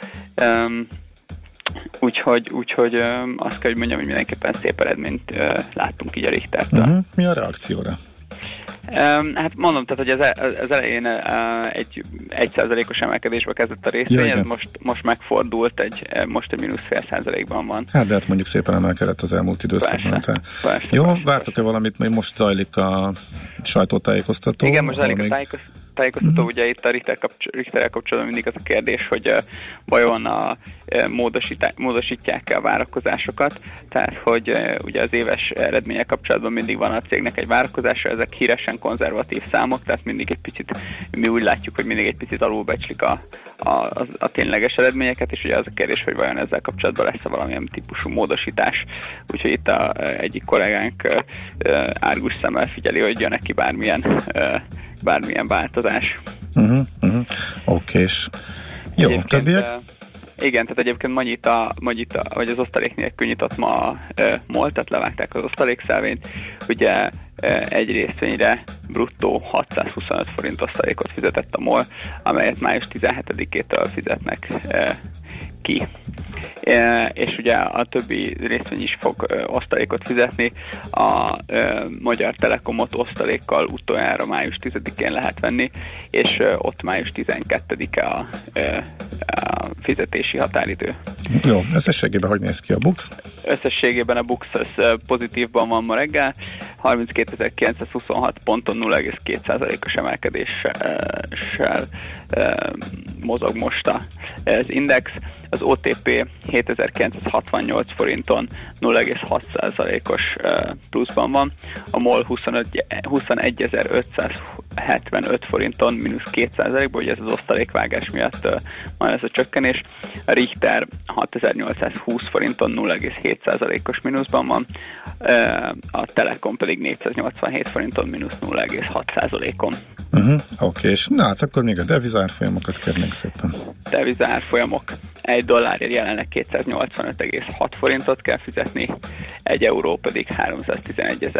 Úgyhogy, úgyhogy azt kell, hogy mondjam, hogy mindenképpen szép eredményt láttunk így a Richtertől. Uh-huh. Mi a reakcióra? Hát mondom, tehát, hogy az, az elején egy egy százalékos emelkedésbe kezdett a részvény, ez most, most megfordult, egy, most egy mínusz fél százalékban van. Hát de hát mondjuk szépen emelkedett az elmúlt időszakban. Persze, persze, jó, persze, vártok-e valamit, mert most zajlik a sajtótájékoztató? Igen, most zajlik a tájékoztató. tájékoztató, uh-huh. Ugye itt a Richter kapcs- Richterrel kapcsolatban mindig az a kérdés, hogy uh, vajon a, uh, módosítá- módosítják-e a várakozásokat, tehát hogy uh, ugye az éves eredmények kapcsolatban mindig van a cégnek egy várakozása, ezek híresen konzervatív számok, tehát mindig egy picit, mi úgy látjuk, hogy mindig egy picit alulbecslik a, a, a, a tényleges eredményeket, és ugye az a kérdés, hogy vajon ezzel kapcsolatban lesz-e valamilyen típusú módosítás. Úgyhogy itt a, uh, egyik kollégánk uh, uh, árgus szemmel figyeli, hogy jön neki bármilyen uh, bármilyen változás. Uh-huh, uh-huh. Okés. Jó, többiek? Igen, tehát egyébként ma nyit a, ma nyit a, vagy az osztalék nélkül nyitott ma a e, MOL, tehát levágták az osztalékszelvényt. Ugye e, egy részvényre bruttó hatszázhuszonöt forint osztalékot fizetett a MOL, amelyet május tizenhetedikétől fizetnek e, ki. E, és ugye a többi részvény is fog e, osztalékot fizetni. A e, Magyar Telekomot osztalékkal utoljára május tizedikén lehet venni, és e, ott május tizenkettedike a, e, a fizetési határidő. Jó, összességében hogy néz ki a BUX? Összességében a BUX az pozitívban van ma reggel, harminckétezer-kilencszázhuszonhat ponton nulla egész két százalékos emelkedéssel e, mozog most az index. Az o té pé hétezer-kilencszázhatvannyolc forinton nulla egész hat százalékos pluszban van, a MOL huszonegyezer-ötszázhetvenöt forinton mínusz két százalékban, ugye ez az osztalékvágás miatt van ez a csökkenés, a Richter hatezer-nyolcszázhúsz forinton nulla egész hét százalékos mínuszban van, a Telekom pedig négyszáznyolcvanhét forinton mínusz nulla egész hat százalékon. Uh-huh, Oké, és na hát akkor még a devizárfolyamokat kérnék szépen. Devizárfolyamok. Egy dollárért jelenleg kétszáznyolcvanöt egész hat forintot kell fizetni, egy euró pedig háromszáztizenegy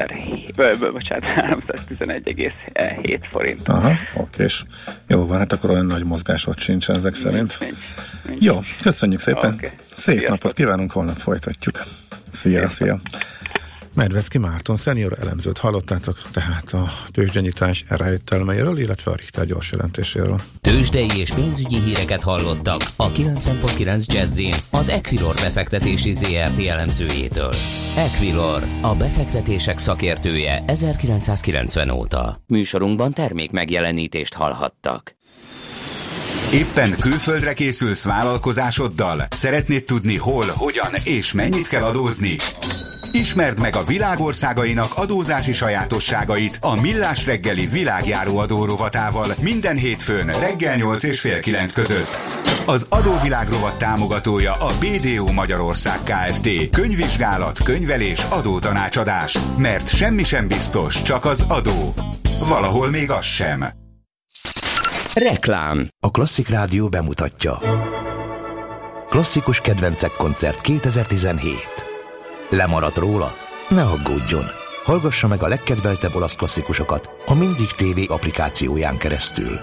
egész hét forint. Aha, oké, és jó van, hát akkor olyan nagy mozgásot sincsen ezek szerint. Nincs, nincs. Jó, köszönjük szépen. Okay. Szép Sziasztok. Napot kívánunk, holnap folytatjuk. Szia, szia. Medvecki Márton szenior elemzőt hallottátok, tehát a tőzsdenyítás rejtelmeiről, illetve a Richter gyors jelentéséről. Tőzsdei és pénzügyi híreket hallottak a kilencven pont kilenc Jazzin az Equilor befektetési zé er té elemzőjétől. Equilor, a befektetések szakértője ezerkilencszázkilencven óta. Műsorunkban termék megjelenítést hallhattak. Éppen külföldre készülsz vállalkozásoddal? Szeretnéd tudni hol, hogyan és mennyit kell adózni? Ismerd meg a világországainak adózási sajátosságait a Millás reggeli világjáró adó rovatával minden hétfőn reggel nyolc és fél kilenc között. Az adóvilág rovat támogatója a bé dé o Magyarország Kft. Könyvvizsgálat, könyvelés, adótanácsadás. Mert semmi sem biztos, csak az adó. Valahol még az sem. Reklám. A Klasszik Rádió bemutatja. Klasszikus kedvencek koncert kétezer-tizenhét. Lemaradt róla? Ne aggódjon! Hallgassa meg a legkedveltebb olasz klasszikusokat a Mindig té vé applikációján keresztül.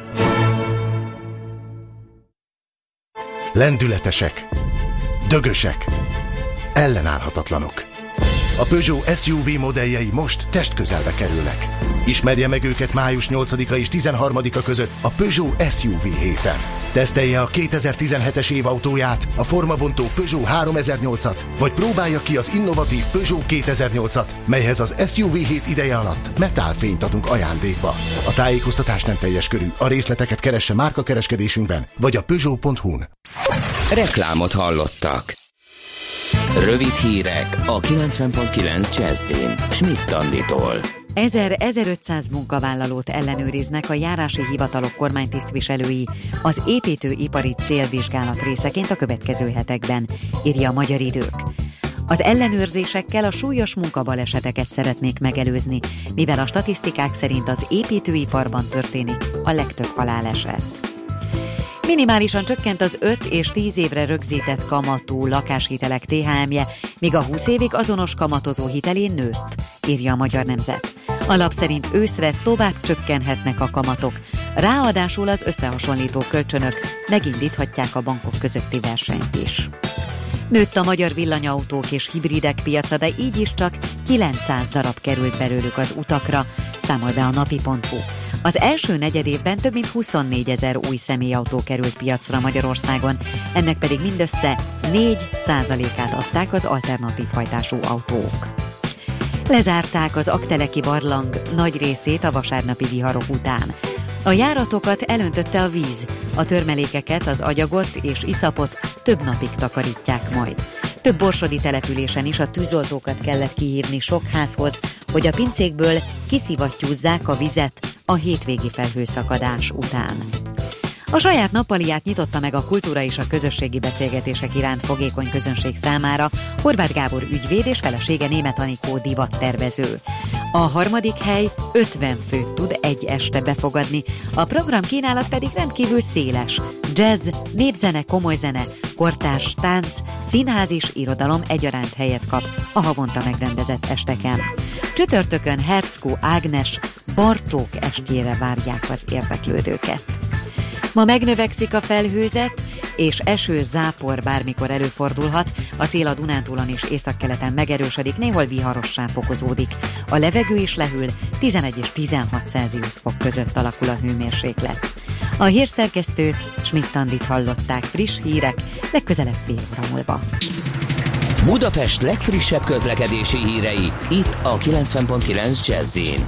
Lendületesek, dögösek, ellenállhatatlanok. A Peugeot es u vé modelljei most testközelbe kerülnek. Ismerje meg őket május nyolcadika és tizenharmadika között a Peugeot es u vé héten. Tesztelje a kétezer-tizenhetes év autóját, a formabontó Peugeot háromezer-nyolcat, vagy próbálja ki az innovatív Peugeot kétezer-nyolcat, melyhez az es u vé hét ideje alatt metálfényt adunk ajándékba. A tájékoztatás nem teljes körű, a részleteket keresse márkakereskedésünkben, vagy a peugeot pont hu-n. Reklámot hallottak. Rövid hírek a kilencven pont kilenc Jazzin Schmidt Anditól. ezer-ezerötszáz munkavállalót ellenőriznek a járási hivatalok kormánytisztviselői az építőipari célvizsgálat részeként a következő hetekben, írja a Magyar Idők. Az ellenőrzésekkel a súlyos munkabaleseteket szeretnék megelőzni, mivel a statisztikák szerint az építőiparban történik a legtöbb haláleset. Minimálisan csökkent az öt és tíz évre rögzített kamatú lakáshitelek té há emje, míg a húsz évig azonos kamatozó hitelén nőtt, írja a Magyar Nemzet. A lap szerint őszre tovább csökkenhetnek a kamatok, ráadásul az összehasonlító kölcsönök megindíthatják a bankok közötti versenyt is. Nőtt a magyar villanyautók és hibridek piaca, de így is csak kilencszáz darab került belőlük az utakra, számol be a napi pont hu. Az első negyedévben több mint huszonnégyezer új személyautó került piacra Magyarországon, ennek pedig mindössze négy százalékát adták az alternatív hajtású autók. Lezárták az Aggteleki barlang nagy részét a vasárnapi viharok után. A járatokat elöntötte a víz, a törmelékeket, az agyagot és iszapot több napig takarítják majd. Több borsodi településen is a tűzoltókat kellett kihívni sok házhoz, hogy a pincékből kiszivattyúzzák a vizet a hétvégi felhőszakadás után. A saját nappaliát nyitotta meg a kultúra és a közösségi beszélgetések iránt fogékony közönség számára Horváth Gábor ügyvéd és felesége Németh Anikó divattervező. A harmadik hely ötven főt tud egy este befogadni, a program kínálat pedig rendkívül széles. Jazz, népzene, komoly zene, kortárs, tánc, színház és irodalom egyaránt helyet kap a havonta megrendezett esteken. Csütörtökön Herczkó Ágnes Bartók estjére várják az érdeklődőket. Ma megnövekszik a felhőzet, és eső, zápor bármikor előfordulhat, a szél a Dunántúlon és északkeleten megerősödik, néhol viharossá fokozódik. A levegő is lehűl, tizenegy és tizenhat Celsius fok között alakul a hőmérséklet. A hírszerkesztőt, Schmidt Andit hallották, friss hírek, legközelebb fél óra múlva. Budapest legfrissebb közlekedési hírei, itt a kilencven pont kilenc Jazzin.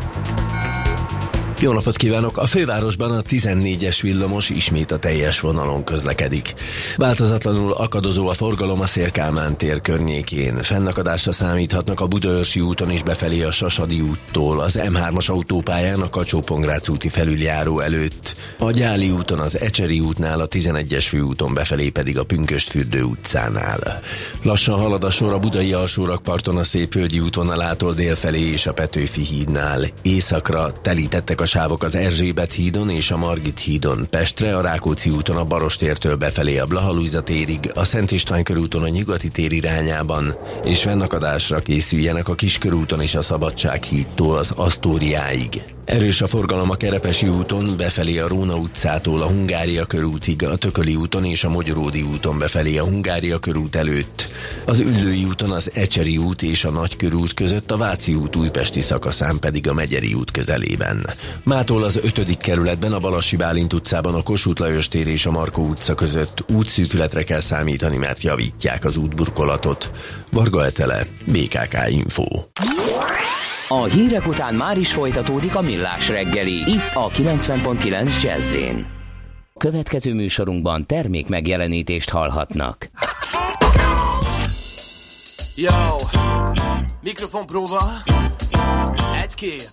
Jó napot kívánok! A fővárosban a tizennégyes villamos ismét a teljes vonalon közlekedik. Változatlanul akadozó a forgalom a Széll-Kálmán tér környékén. Fennakadásra számíthatnak a Budaörsi úton is befelé a Sasadi úttól, az em hármas autópályán a Kacsó-Pongrác úti felüljáró előtt, a Gyáli úton az Ecseri útnál, a tizenegyes főúton befelé pedig a Pünkösdfürdő utcánál. Lassan halad a sor a budai alsórakparton a Szépvölgyi útvonalától délfelé és a Petőfi hídnál. Északra telítettek a sávok az Erzsébet hídon és a Margit hídon, Pestre, a Rákóczi úton a Barostértől befelé a Blaha Lujza térig, a Szent István körúton a Nyugati tér irányában, és fennakadásra készüljenek a Kiskörúton és a Szabadság hídtól az Asztóriáig. Erős a forgalom a Kerepesi úton befelé a Róna utcától a Hungária körútig, a Tököli úton és a Mogyoródi úton befelé a Hungária körút előtt, az Üllői úton az Ecseri út és a Nagykörút között, a Váci út újpesti szakaszán pedig a Megyeri út közelében. Mától az ötödik kerületben a Balassi Bálint utcában a Kossuth Lajos tér és a Markó utca között útszűkületre kell számítani, mert javítják az útburkolatot. Varga Etele, bé ká ká Info. A hírek után már is folytatódik a Millás reggeli, itt a kilencven pont kilenc Jazzin. Következő műsorunkban termék megjelenítést hallhatnak. Yo, mikrofon próba, egy-két.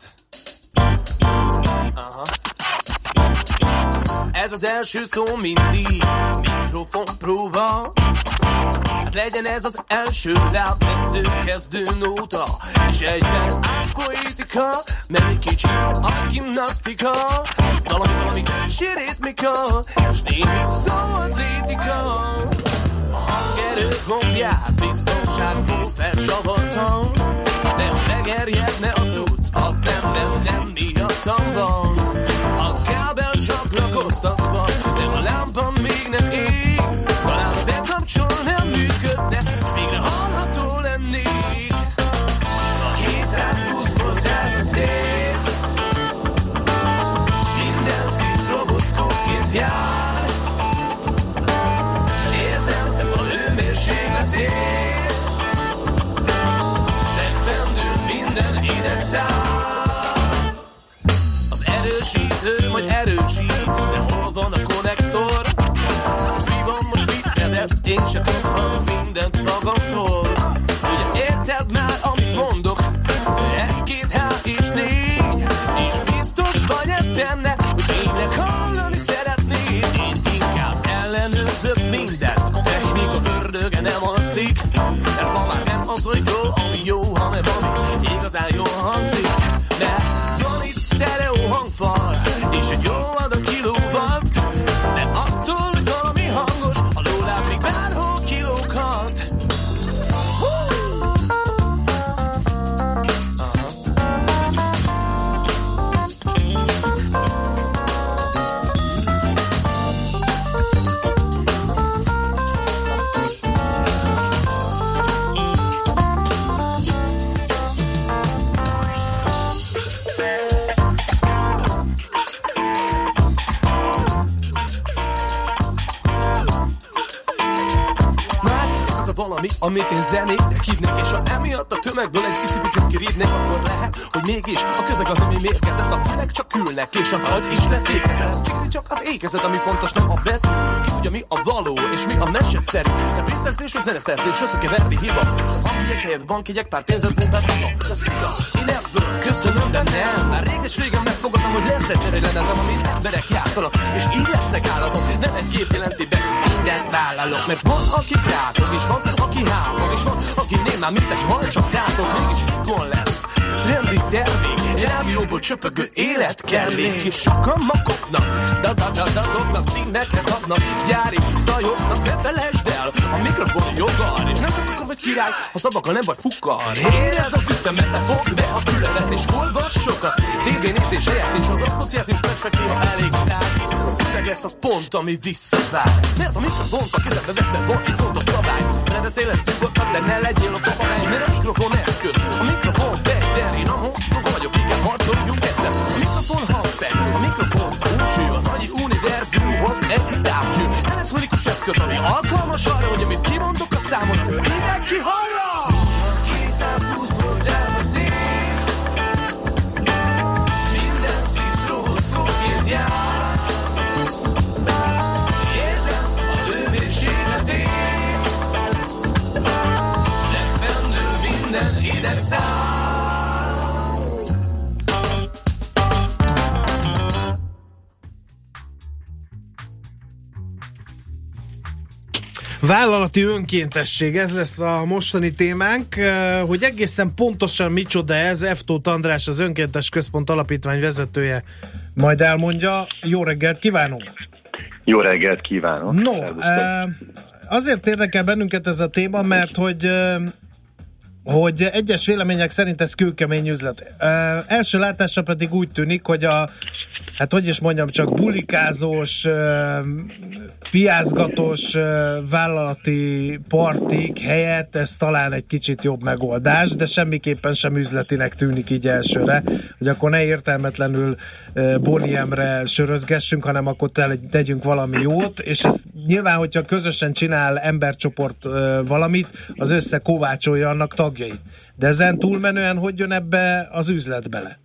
Aha. Ez az első szó mindig, mikrofon próba. Hát legyen ez az első lábmetsző kezdő nóta, és egyben átsz poétika, mert egy kicsi a gimnasztika. Valami, valami ősi ritmika, és némi szóatlétika. A hangerő gombját biztonságból felcsavartam, de ha megerjedne a cucc, az nem, nem, nem miattam van. A kábel csak lakoztatva, de a lámpa még nem ég. Talán a bekapcsol nem működne, s végre hallható lennék. A hétszázhúsz volt ez a szép, minden szív stroboszkópként jár. Érzem a hőmérsékletét, megfendül minden idegszár. Az erősítő majd erősít, de hol van a konnektor? Most mi van, most mit nevetsz? Én se tudhatok mindent magamtól. Ugye érted már, amit mondok? Egy-két H és négy, és biztos vagy benne, hogy tényleg hallani szeretnéd. Én inkább ellenőrzök mindent, a technika ördöge nem alszik, mert ma már nem az, hogy jó, ami jó, hanem ami igazán jól hangzik. Mert van itt sztereó hangfal, és egy jó adag kilowatt, de attól, hogy valami hangos, a lóláb még bárhol kilóghat. Valami, amit én zenének hívnék, és ha emiatt a tömegből egy kicsit kirívnék, akkor lehet, hogy mégis a közeg az, ami mérgezett, a fülek csak ülnek, és az agy is lefékezett. Csikni csak az ékezet, ami fontos, nem a betű. Ki tudja, mi a való, és mi a meseszerű. De pénzszerzés, vagy zeneszerzés, összekeverni hiba. Hangjegyek helyett bankjegyek, pár pénzet pumpáltak, de szia. Én ebből köszönöm, de nem. Már réges-régen megfogadtam, hogy lesz egy lemezem, amin emberek játszanak, és így lesznek állatok. Nem egy kép jelenti be, mindent vállalok, mert van, aki krátog, és van, aki hámog, és van, aki nél már mint egy hal, csak tátog, mégis ikon lesz. Trendi termék, rádióból csöpögő életkellék, és sokan makoknak, da-da-da-da-dognak, címeket adnak, gyári zajoknak, ne felejtsd el, a mikrofon joggal, és nem csak akkor vagy király, ha szabakkal nem vagy fukkal. Érezd az ütemet, ne fogd be a füledet, és olvas sokat, tévénézés helyett, és az asszociációs perspektíva elég rád. A szöveg lesz az pont, ami visszavár, mert a mikrofont a kezedbe veszed, van egy fontos szabály. Ne beszélhetsz nyugodtan, de ne legyél a papagáj, mert a mikrofon eszköz, a mikrofon fegyver, én a hontok vagyok, igen, harcoljunk egyszer. A mikrofon hangszer, a mikrofon szócső, az agyi univerzumhoz egy távcső. Elektronikus eszköz, ami alkalmas arra, hogy amit kimondok a számon, azt mindenki hallja! kétszázhúsz volt ez a szív, minden szív stroboszkópként jár. Érzem a hőmérsékletét, megfendül minden idegszár. Vállalati önkéntesség, ez lesz a mostani témánk, hogy egészen pontosan micsoda ez, F. Tóth András, az Önkéntes Központ Alapítvány vezetője majd elmondja. Jó reggelt kívánunk! Jó reggelt kívánok! No, azért érdekel bennünket ez a téma, mert hogy hogy egyes vélemények szerint ez kőkemény üzlet. Első látásra pedig úgy tűnik, hogy a hát hogy is mondjam, csak bulikázós, piázgatós vállalati partik helyett ez talán egy kicsit jobb megoldás, de semmiképpen sem üzletinek tűnik így elsőre, hogy akkor ne értelmetlenül Boniemre sörözgessünk, hanem akkor tegyünk valami jót, és ez nyilván, hogyha közösen csinál embercsoport valamit, az összekovácsolja annak tagjait. De ezen túlmenően hogy jön ebbe az üzlet bele?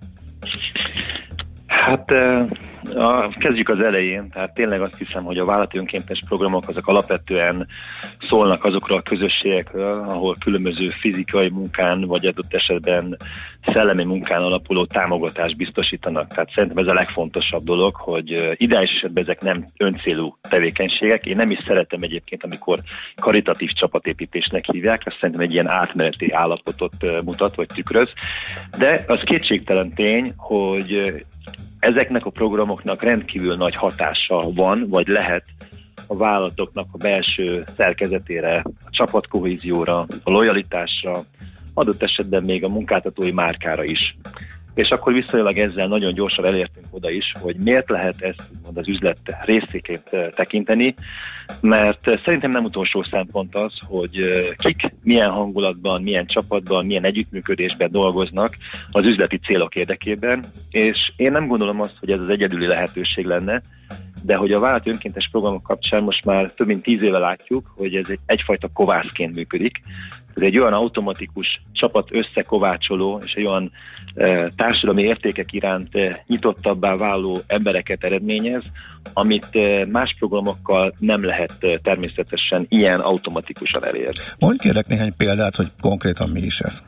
Hát a, kezdjük az elején, tehát tényleg azt hiszem, hogy a vállalati önkéntes programok azok alapvetően szólnak azokról a közösségekről, ahol különböző fizikai munkán, vagy adott esetben szellemi munkán alapuló támogatást biztosítanak. Tehát szerintem ez a legfontosabb dolog, hogy ideális esetben ezek nem öncélú tevékenységek. Én nem is szeretem egyébként, amikor karitatív csapatépítésnek hívják, azt szerintem egy ilyen átmeneti állapotot mutat, vagy tükröz. De az kétségtelen tény, hogy ezeknek a programoknak rendkívül nagy hatása van, vagy lehet a vállalatoknak a belső szerkezetére, a csapatkohézióra, a lojalitásra, adott esetben még a munkáltatói márkára is. És akkor viszonylag ezzel nagyon gyorsan elértünk oda is, hogy miért lehet ezt az üzlet részéként tekinteni, mert szerintem nem utolsó szempont az, hogy kik milyen hangulatban, milyen csapatban, milyen együttműködésben dolgoznak az üzleti célok érdekében, és én nem gondolom azt, hogy ez az egyedüli lehetőség lenne, de hogy a vállalati önkéntes programok kapcsán most már több mint tíz éve látjuk, hogy ez egy, egyfajta kovászként működik. Ez egy olyan automatikus csapat összekovácsoló és egy olyan e, társadalmi értékek iránt e, nyitottabbá váló embereket eredményez, amit e, más programokkal nem lehet e, természetesen ilyen automatikusan elérni. Mondj kérlek néhány példát, hogy konkrétan mi is ez?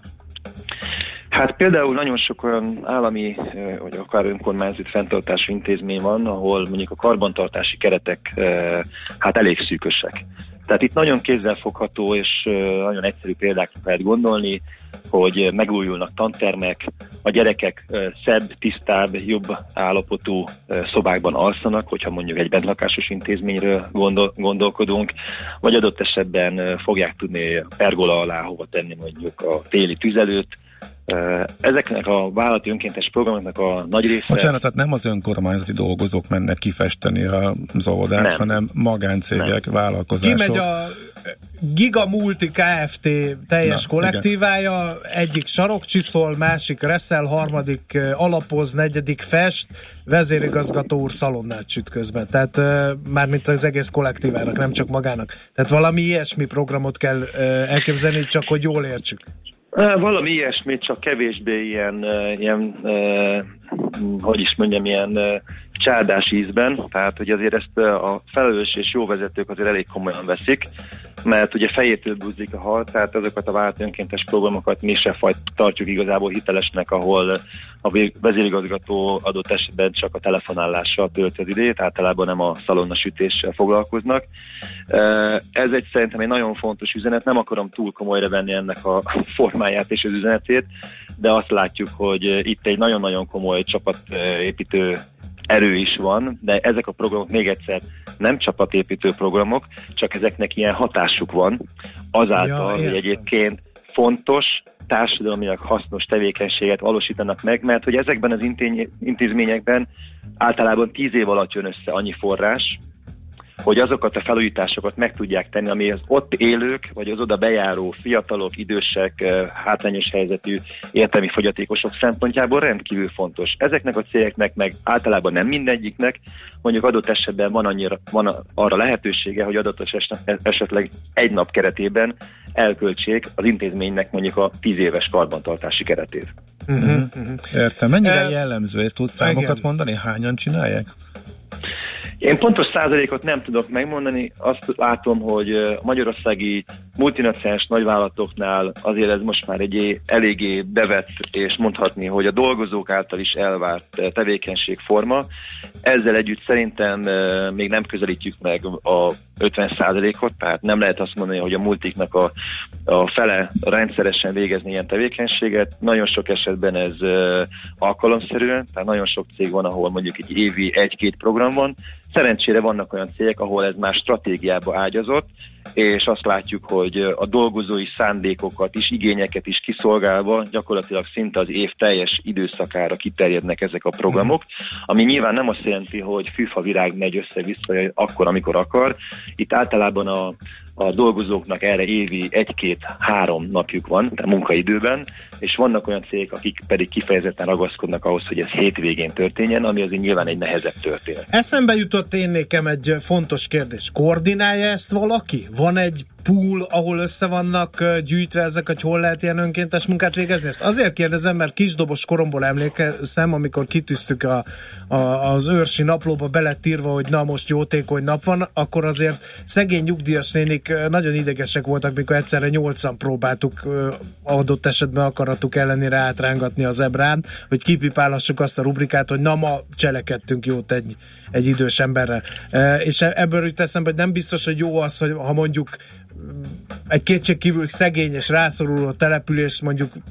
Hát például nagyon sok olyan állami, vagy akár önkormányzati fenntartási intézmény van, ahol mondjuk a karbantartási keretek hát elég szűkösek. Tehát itt nagyon kézzelfogható és nagyon egyszerű példákra lehet gondolni, hogy megújulnak tantermek, a gyerekek szebb, tisztább, jobb állapotú szobákban alszanak, hogyha mondjuk egy bentlakásos intézményről gondol, gondolkodunk, vagy adott esetben fogják tudni pergola alá hova tenni mondjuk a téli tüzelőt. Ezeknek a vállalati önkéntes programoknak a nagy része... Bocsánat, tehát nem az önkormányzati dolgozók mennek kifesteni az óvodát, nem. hanem magáncégek, nem. vállalkozások. Kimegy a Giga Multi Kft. Teljes Na, kollektívája, igen. egyik sarokcsiszol, másik reszel, harmadik alapoz, negyedik fest, vezérigazgató úr szalonnát süt közben. Tehát mármint az egész kollektívának, nem csak magának. Tehát valami ilyesmi programot kell elképzelni, csak hogy jól értsük. Valami ilyesmit, csak kevésbé ilyen, ilyen hogy is mondjam, ilyen csárdás ízben, tehát hogy azért ezt a felelős és jó vezetők azért elég komolyan veszik, mert ugye fejétől búzik a hal, tehát azokat a vállalati önkéntes programokat mi se tartjuk igazából hitelesnek, ahol a vezérigazgató adott esetben csak a telefonálással tölti az idejét, általában nem a szalonnasütéssel foglalkoznak. Ez egy szerintem egy nagyon fontos üzenet, nem akarom túl komolyra venni ennek a formáját és az üzenetét, de azt látjuk, hogy itt egy nagyon-nagyon komoly csapatépítő erő is van, de ezek a programok még egyszer nem csapatépítő programok, csak ezeknek ilyen hatásuk van, azáltal, ja, hogy egyébként fontos, társadalmilag hasznos tevékenységet valósítanak meg, mert hogy ezekben az intézményekben általában tíz év alatt jön össze annyi forrás, hogy azokat a felújításokat meg tudják tenni, ami az ott élők, vagy az oda bejáró fiatalok, idősek, hátrányos helyzetű értelmi fogyatékosok szempontjából rendkívül fontos. Ezeknek a cégeknek meg általában nem mindegyiknek, mondjuk adott esetben van, annyira, van arra lehetősége, hogy adott esetleg egy nap keretében elköltsék az intézménynek mondjuk a tíz éves karbantartási keretét. Uh-huh. Uh-huh. Értem. Mennyire uh, jellemző, ezt tudsz számokat igen. mondani? Hányan csinálják? Én pontos százalékot nem tudok megmondani, azt látom, hogy a magyarországi multinacionális nagyvállalatoknál azért ez most már egy eléggé bevett, és mondhatni, hogy a dolgozók által is elvárt tevékenységforma. Ezzel együtt szerintem még nem közelítjük meg a ötven százalékot, tehát nem lehet azt mondani, hogy a multiknak a, a fele rendszeresen végezni ilyen tevékenységet. Nagyon sok esetben ez alkalomszerűen, tehát nagyon sok cég van, ahol mondjuk egy évi egy-két program van. Szerencsére vannak olyan cégek, ahol ez már stratégiába ágyazott, és azt látjuk, hogy a dolgozói szándékokat is, igényeket is kiszolgálva gyakorlatilag szinte az év teljes időszakára kiterjednek ezek a programok, ami nyilván nem azt jelenti, hogy fűfavirág megy össze-vissza akkor, amikor akar. Itt általában a a dolgozóknak erre évi egy-két-három napjuk van, tehát munkaidőben, és vannak olyan cégek, akik pedig kifejezetten ragaszkodnak ahhoz, hogy ez hétvégén történjen, ami azért nyilván egy nehezebb történet. Eszembe jutott én nekem egy fontos kérdés. Koordinálja ezt valaki? Van egy pool, ahol össze vannak gyűjtve ezek, hogy hol lehet ilyen önkéntes munkát végezni? Ezt azért kérdezem, mert kisdobos koromból emlékezem, amikor kitűztük a, a, az őrsi naplóba, be lett írva, hogy na most jótékony nap van, akkor azért szegény nyugdíjas nénik nagyon idegesek voltak, mikor egyszerre nyolcan próbáltuk adott esetben akaratuk ellenére átrángatni az ebrán, hogy kipipálhassuk azt a rubrikát, hogy na ma cselekedtünk jót egy, egy idős emberrel. E, és ebből jut eszembe, hogy nem biztos, hogy jó az, hogy ha mondjuk egy kétségkívül szegény és rászoruló település mondjuk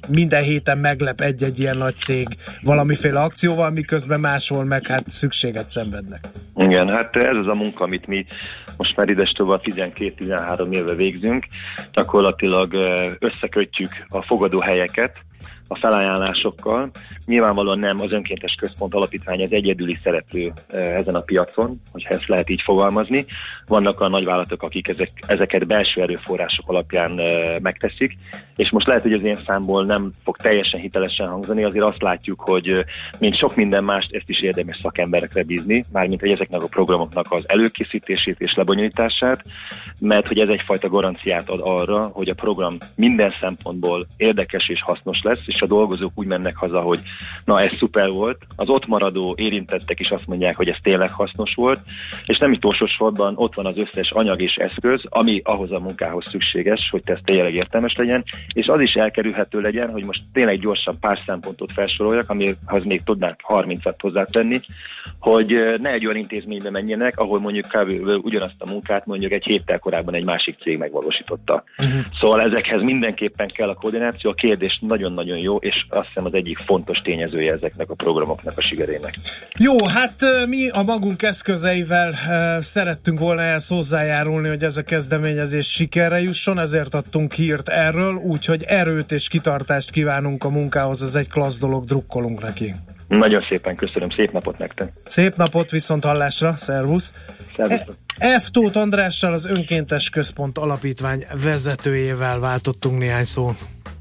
minden héten meglep egy-egy ilyen nagy cég valamiféle akcióval, miközben máshol meg hát szükséget szenvednek. Igen, hát ez az a munka, amit mi most már idestova tizenkét-tizenhárom éve végzünk. Gyakorlatilag összekötjük a fogadóhelyeket a felajánlásokkal. Nyilvánvalóan nem az önkéntes központ alapítvány az egyedüli szereplő ezen a piacon, hogyha ezt lehet így fogalmazni. Vannak olyan nagyvállalatok, akik ezek, ezeket belső erőforrások alapján megteszik, és most lehet, hogy az én számból nem fog teljesen hitelesen hangzani, azért azt látjuk, hogy mint sok minden mást, ezt is érdemes szakemberekre bízni, mármint hogy ezeknek a programoknak az előkészítését és lebonyolítását, mert hogy ez egyfajta garanciát ad arra, hogy a program minden szempontból érdekes és hasznos lesz, és a dolgozók úgy mennek haza, hogy na ez szuper volt, az ott maradó érintettek is azt mondják, hogy ez tényleg hasznos volt, és nem utolsó sorban ott van az összes anyag és eszköz, ami ahhoz a munkához szükséges, hogy ez tényleg értelmes legyen, és az is elkerülhető legyen, hogy most tényleg gyorsan pár szempontot felsoroljak, amihez még tudnánk harmincat hozzátenni, hogy ne egy olyan intézménybe menjenek, ahol mondjuk kb. Ugyanazt a munkát mondjuk egy héttel korábban egy másik cég megvalósította. Uh-huh. Szóval ezekhez mindenképpen kell a koordináció, a kérdés nagyon-nagyon jó, és azt hiszem az egyik fontos tényezője ezeknek a programoknak a sikerének. Jó, hát mi a magunk eszközeivel szerettünk volna ehhez hozzájárulni, hogy ez a kezdeményezés sikerre jusson, ezért adtunk hírt erről, úgyhogy erőt és kitartást kívánunk a munkához, ez egy klassz dolog, drukkolunk neki. Nagyon szépen köszönöm, szép napot nektek! Szép napot, viszont hallásra, szervusz! Szervusz! F. Tóth Andrással, az Önkéntes Központ Alapítvány vezetőjével váltottunk néhány szót.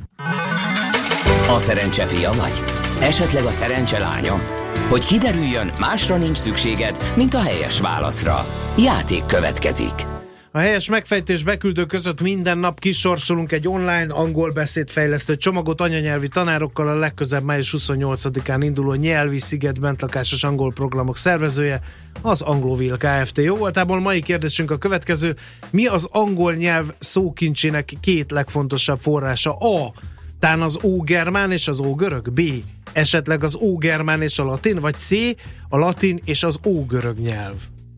A szerencse fia vagy? Esetleg a szerencse lánya? Hogy kiderüljön, másra nincs szükséged, mint a helyes válaszra. Játék következik. A helyes megfejtés beküldő között minden nap kisorsolunk egy online angol beszédfejlesztő csomagot anyanyelvi tanárokkal, a legközebb május huszonnyolcadikán induló nyelvi sziget bentlakásos angol programok szervezője, az Anglovil Kft. Jó voltából mai kérdésünk a következő: mi az angol nyelv szókincsének két legfontosabb forrása? A. Tán az ógermán és az ógörög? B. Esetleg az ógermán és a latin? Vagy C. A latin és az ógörög nyelv?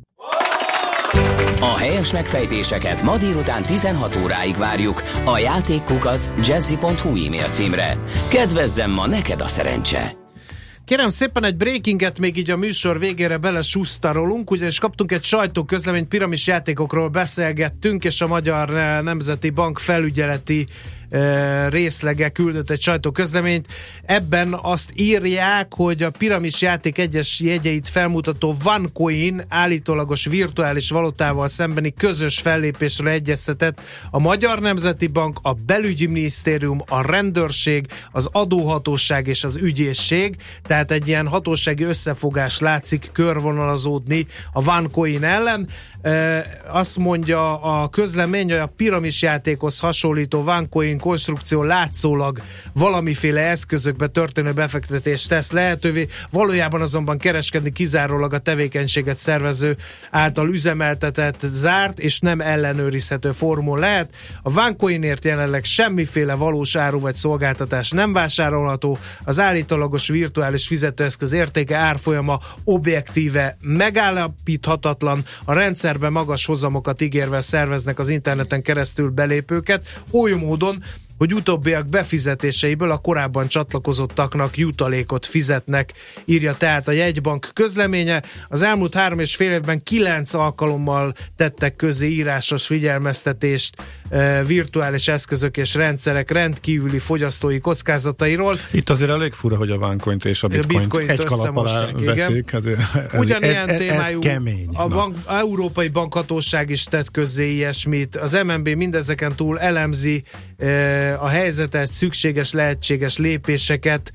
A helyes megfejtéseket ma délután tizenhat óráig várjuk a játékkukac jazzy pont hu e-mail címre. Kedvezzem ma neked a szerencse! Kérem szépen, egy breakinget még így a műsor végére belesúsztarolunk, ugyanis kaptunk egy sajtóközleményt, piramis játékokról beszélgettünk, és a Magyar Nemzeti Bank felügyeleti részlege küldött egy sajtóközleményt. Ebben azt írják, hogy a piramis játék egyes jegyeit felmutató OneCoin állítólagos virtuális valutával szembeni közös fellépésre egyeztetett a Magyar Nemzeti Bank, a Belügyminisztérium, a rendőrség, az adóhatóság és az ügyészség. Tehát egy ilyen hatósági összefogás látszik körvonalazódni a OneCoin ellen. E, azt mondja a közlemény, hogy a piramis játékhoz hasonlító OneCoin konstrukció látszólag valamiféle eszközökbe történő befektetést tesz lehetővé, valójában azonban kereskedni kizárólag a tevékenységet szervező által üzemeltetett, zárt és nem ellenőrizhető formul lehet. A OneCoinért jelenleg semmiféle valós áru vagy szolgáltatás nem vásárolható, az állítólagos virtuális fizetőeszköz értéke, árfolyama objektíve megállapíthatatlan, a rendszerben magas hozamokat ígérve szerveznek az interneten keresztül belépőket, oly módon, hogy utóbbiak befizetéseiből a korábban csatlakozottaknak jutalékot fizetnek, írja tehát a jegybank közleménye. Az elmúlt három és fél évben kilenc alkalommal tettek közé írásos figyelmeztetést e, virtuális eszközök és rendszerek rendkívüli fogyasztói kockázatairól. Itt azért elég fura, hogy a OneCoint és a Bitcoint, Bitcoint egy kalap alá veszik. Ez, ez, Ugyanilyen ez, témájú ez kemény, a bank, Európai Bankhatóság is tett közzé ilyesmit. Az em en bé mindezeken túl elemzi e, a helyzetet, szükséges, lehetséges lépéseket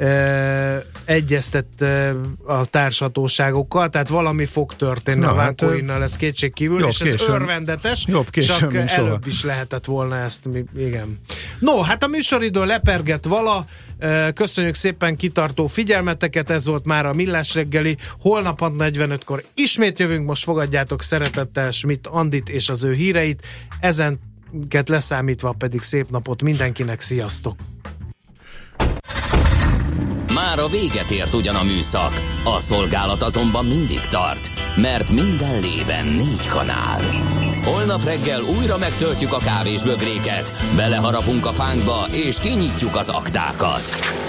e, egyeztet e, a társhatóságokkal, tehát valami fog történni. Na, a OneCoinnal, ez kétség kívül, és ez későn, örvendetes, jobb későn, csak előbb soha. Is lehetett volna ezt, igen. No, hát a műsoridő lepergett vala, köszönjük szépen kitartó figyelmeteket, ez volt már a Millás reggeli, holnap hat negyvenötkor ismét jövünk, most fogadjátok szeretettel Schmidt Andit és az ő híreit, ezen leszámítva pedig szép napot mindenkinek, sziasztok! Már a véget ért ugyan a műszak, a szolgálat azonban mindig tart, mert minden lében négy kanál. Holnap reggel újra megtöltjük a kávésbögréket, beleharapunk a fánkba és kinyitjuk az aktákat.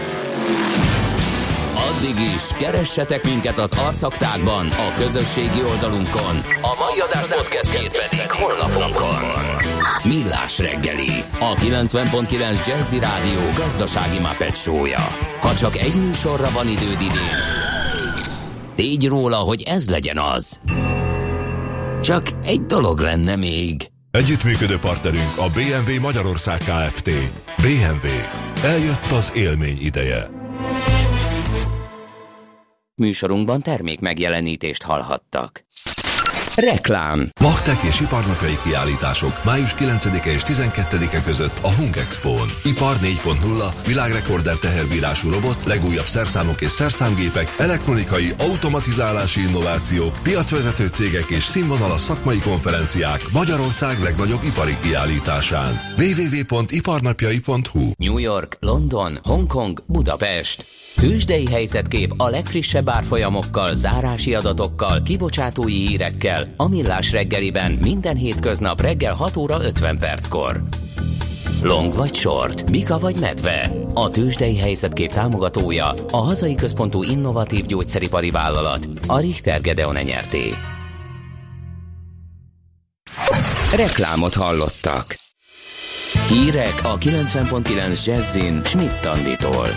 Addig is keressetek minket az arcaktákban, a közösségi oldalunkon. A mai adás podcastjét pedig honlapunkon. Millás reggeli, a kilencven pont kilenc Jazzy Rádió gazdasági Muppet show-ja. Ha csak egy műsorra van időd idén, tégy róla, hogy ez legyen az. Csak egy dolog lenne még. Együttműködő partnerünk a bé em vé Magyarország Kft. bé em vé. Eljött az élmény ideje. Műsorunkban termék megjelenítést hallhattak. Reklám. Vachtek és iparnapjai kiállítások május kilencedike és tizenkettedike között a Hung Expón. Ipar négy pont nulla, világrekorder teherbírású robot, legújabb szerszámok és szerszámgépek, elektronikai, automatizálási innováció, piacvezető cégek és színvonalas szakmai konferenciák Magyarország legnagyobb ipari kiállításán. double-u double-u double-u pont iparnapjai pont hu. New York, London, Hongkong, Budapest. Tőzsdei helyzetkép a legfrissebb árfolyamokkal, zárási adatokkal, kibocsátói hírekkel a Millás reggeliben minden hétköznap reggel hat óra ötven perckor. Long vagy short, bika vagy medve. A tőzsdei helyzetkép támogatója a hazai központú innovatív gyógyszeripari vállalat, a Richter Gedeon Nyrt. Reklámot hallottak. Hírek a kilencven pont kilenc Jazzin Schmidt Anditól.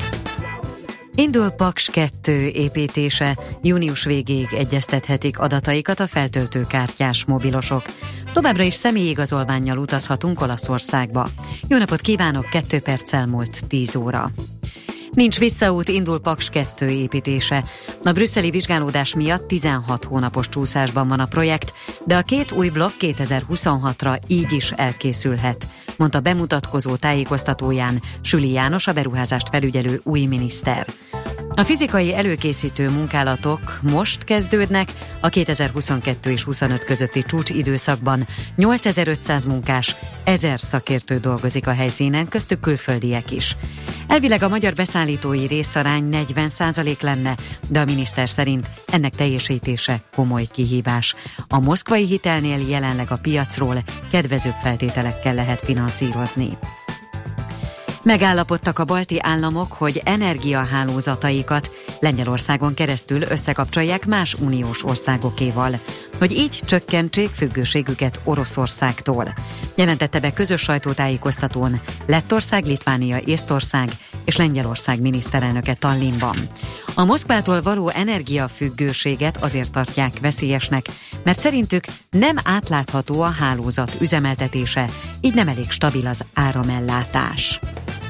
Indul Paks kettő építése, június végéig egyeztethetik adataikat a feltöltőkártyás mobilosok. Továbbra is személyigazolvánnyal utazhatunk Olaszországba. Jó napot kívánok, kettő perccel múlt tíz óra. Nincs visszaút, indul Paks kettő építése. A brüsszeli vizsgálódás miatt tizenhat hónapos csúszásban van a projekt, de a két új blokk kétezer-huszonhatra így is elkészülhet, mondta bemutatkozó tájékoztatóján Süli János, a beruházást felügyelő új miniszter. A fizikai előkészítő munkálatok most kezdődnek, a kétezer-huszonkettő és huszonöt közötti csúcsidőszakban nyolcezer-ötszáz munkás, ezer szakértő dolgozik a helyszínen, köztük külföldiek is. Elvileg a magyar beszállítói részarány negyven százalék lenne, de a miniszter szerint ennek teljesítése komoly kihívás. A moszkvai hitelnél jelenleg a piacról kedvezőbb feltételekkel lehet finanszírozni. Megállapodtak a balti államok, hogy energiahálózataikat Lengyelországon keresztül összekapcsolják más uniós országokéval, hogy így csökkentsék függőségüket Oroszországtól. Jelentette be közös sajtótájékoztatón Lettország, Litvánia, Észtország és Lengyelország miniszterelnöke Tallinnban. A Moszkvától való energiafüggőséget azért tartják veszélyesnek, mert szerintük nem átlátható a hálózat üzemeltetése, így nem elég stabil az áramellátás.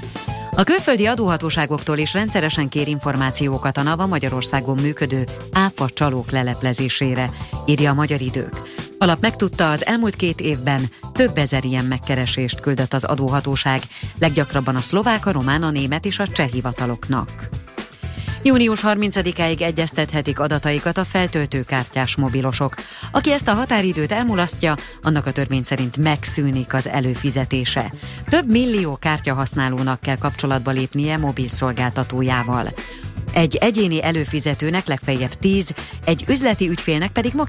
A külföldi adóhatóságoktól is rendszeresen kér információkat a NAVA Magyarországon működő áfa csalók leleplezésére, írja a Magyar Idők. Alap megtudta, az elmúlt két évben több ezer ilyen megkeresést küldött az adóhatóság, leggyakrabban a szlovák, a román, a német és a cseh hivataloknak. június harmincadikáig egyeztethetik adataikat a feltöltőkártyás mobilosok. Aki ezt a határidőt elmulasztja, annak a törvény szerint megszűnik az előfizetése. Több millió kártyahasználónak kell kapcsolatba lépnie mobil szolgáltatójával. Egy egyéni előfizetőnek legfeljebb tíz, egy üzleti ügyfélnek pedig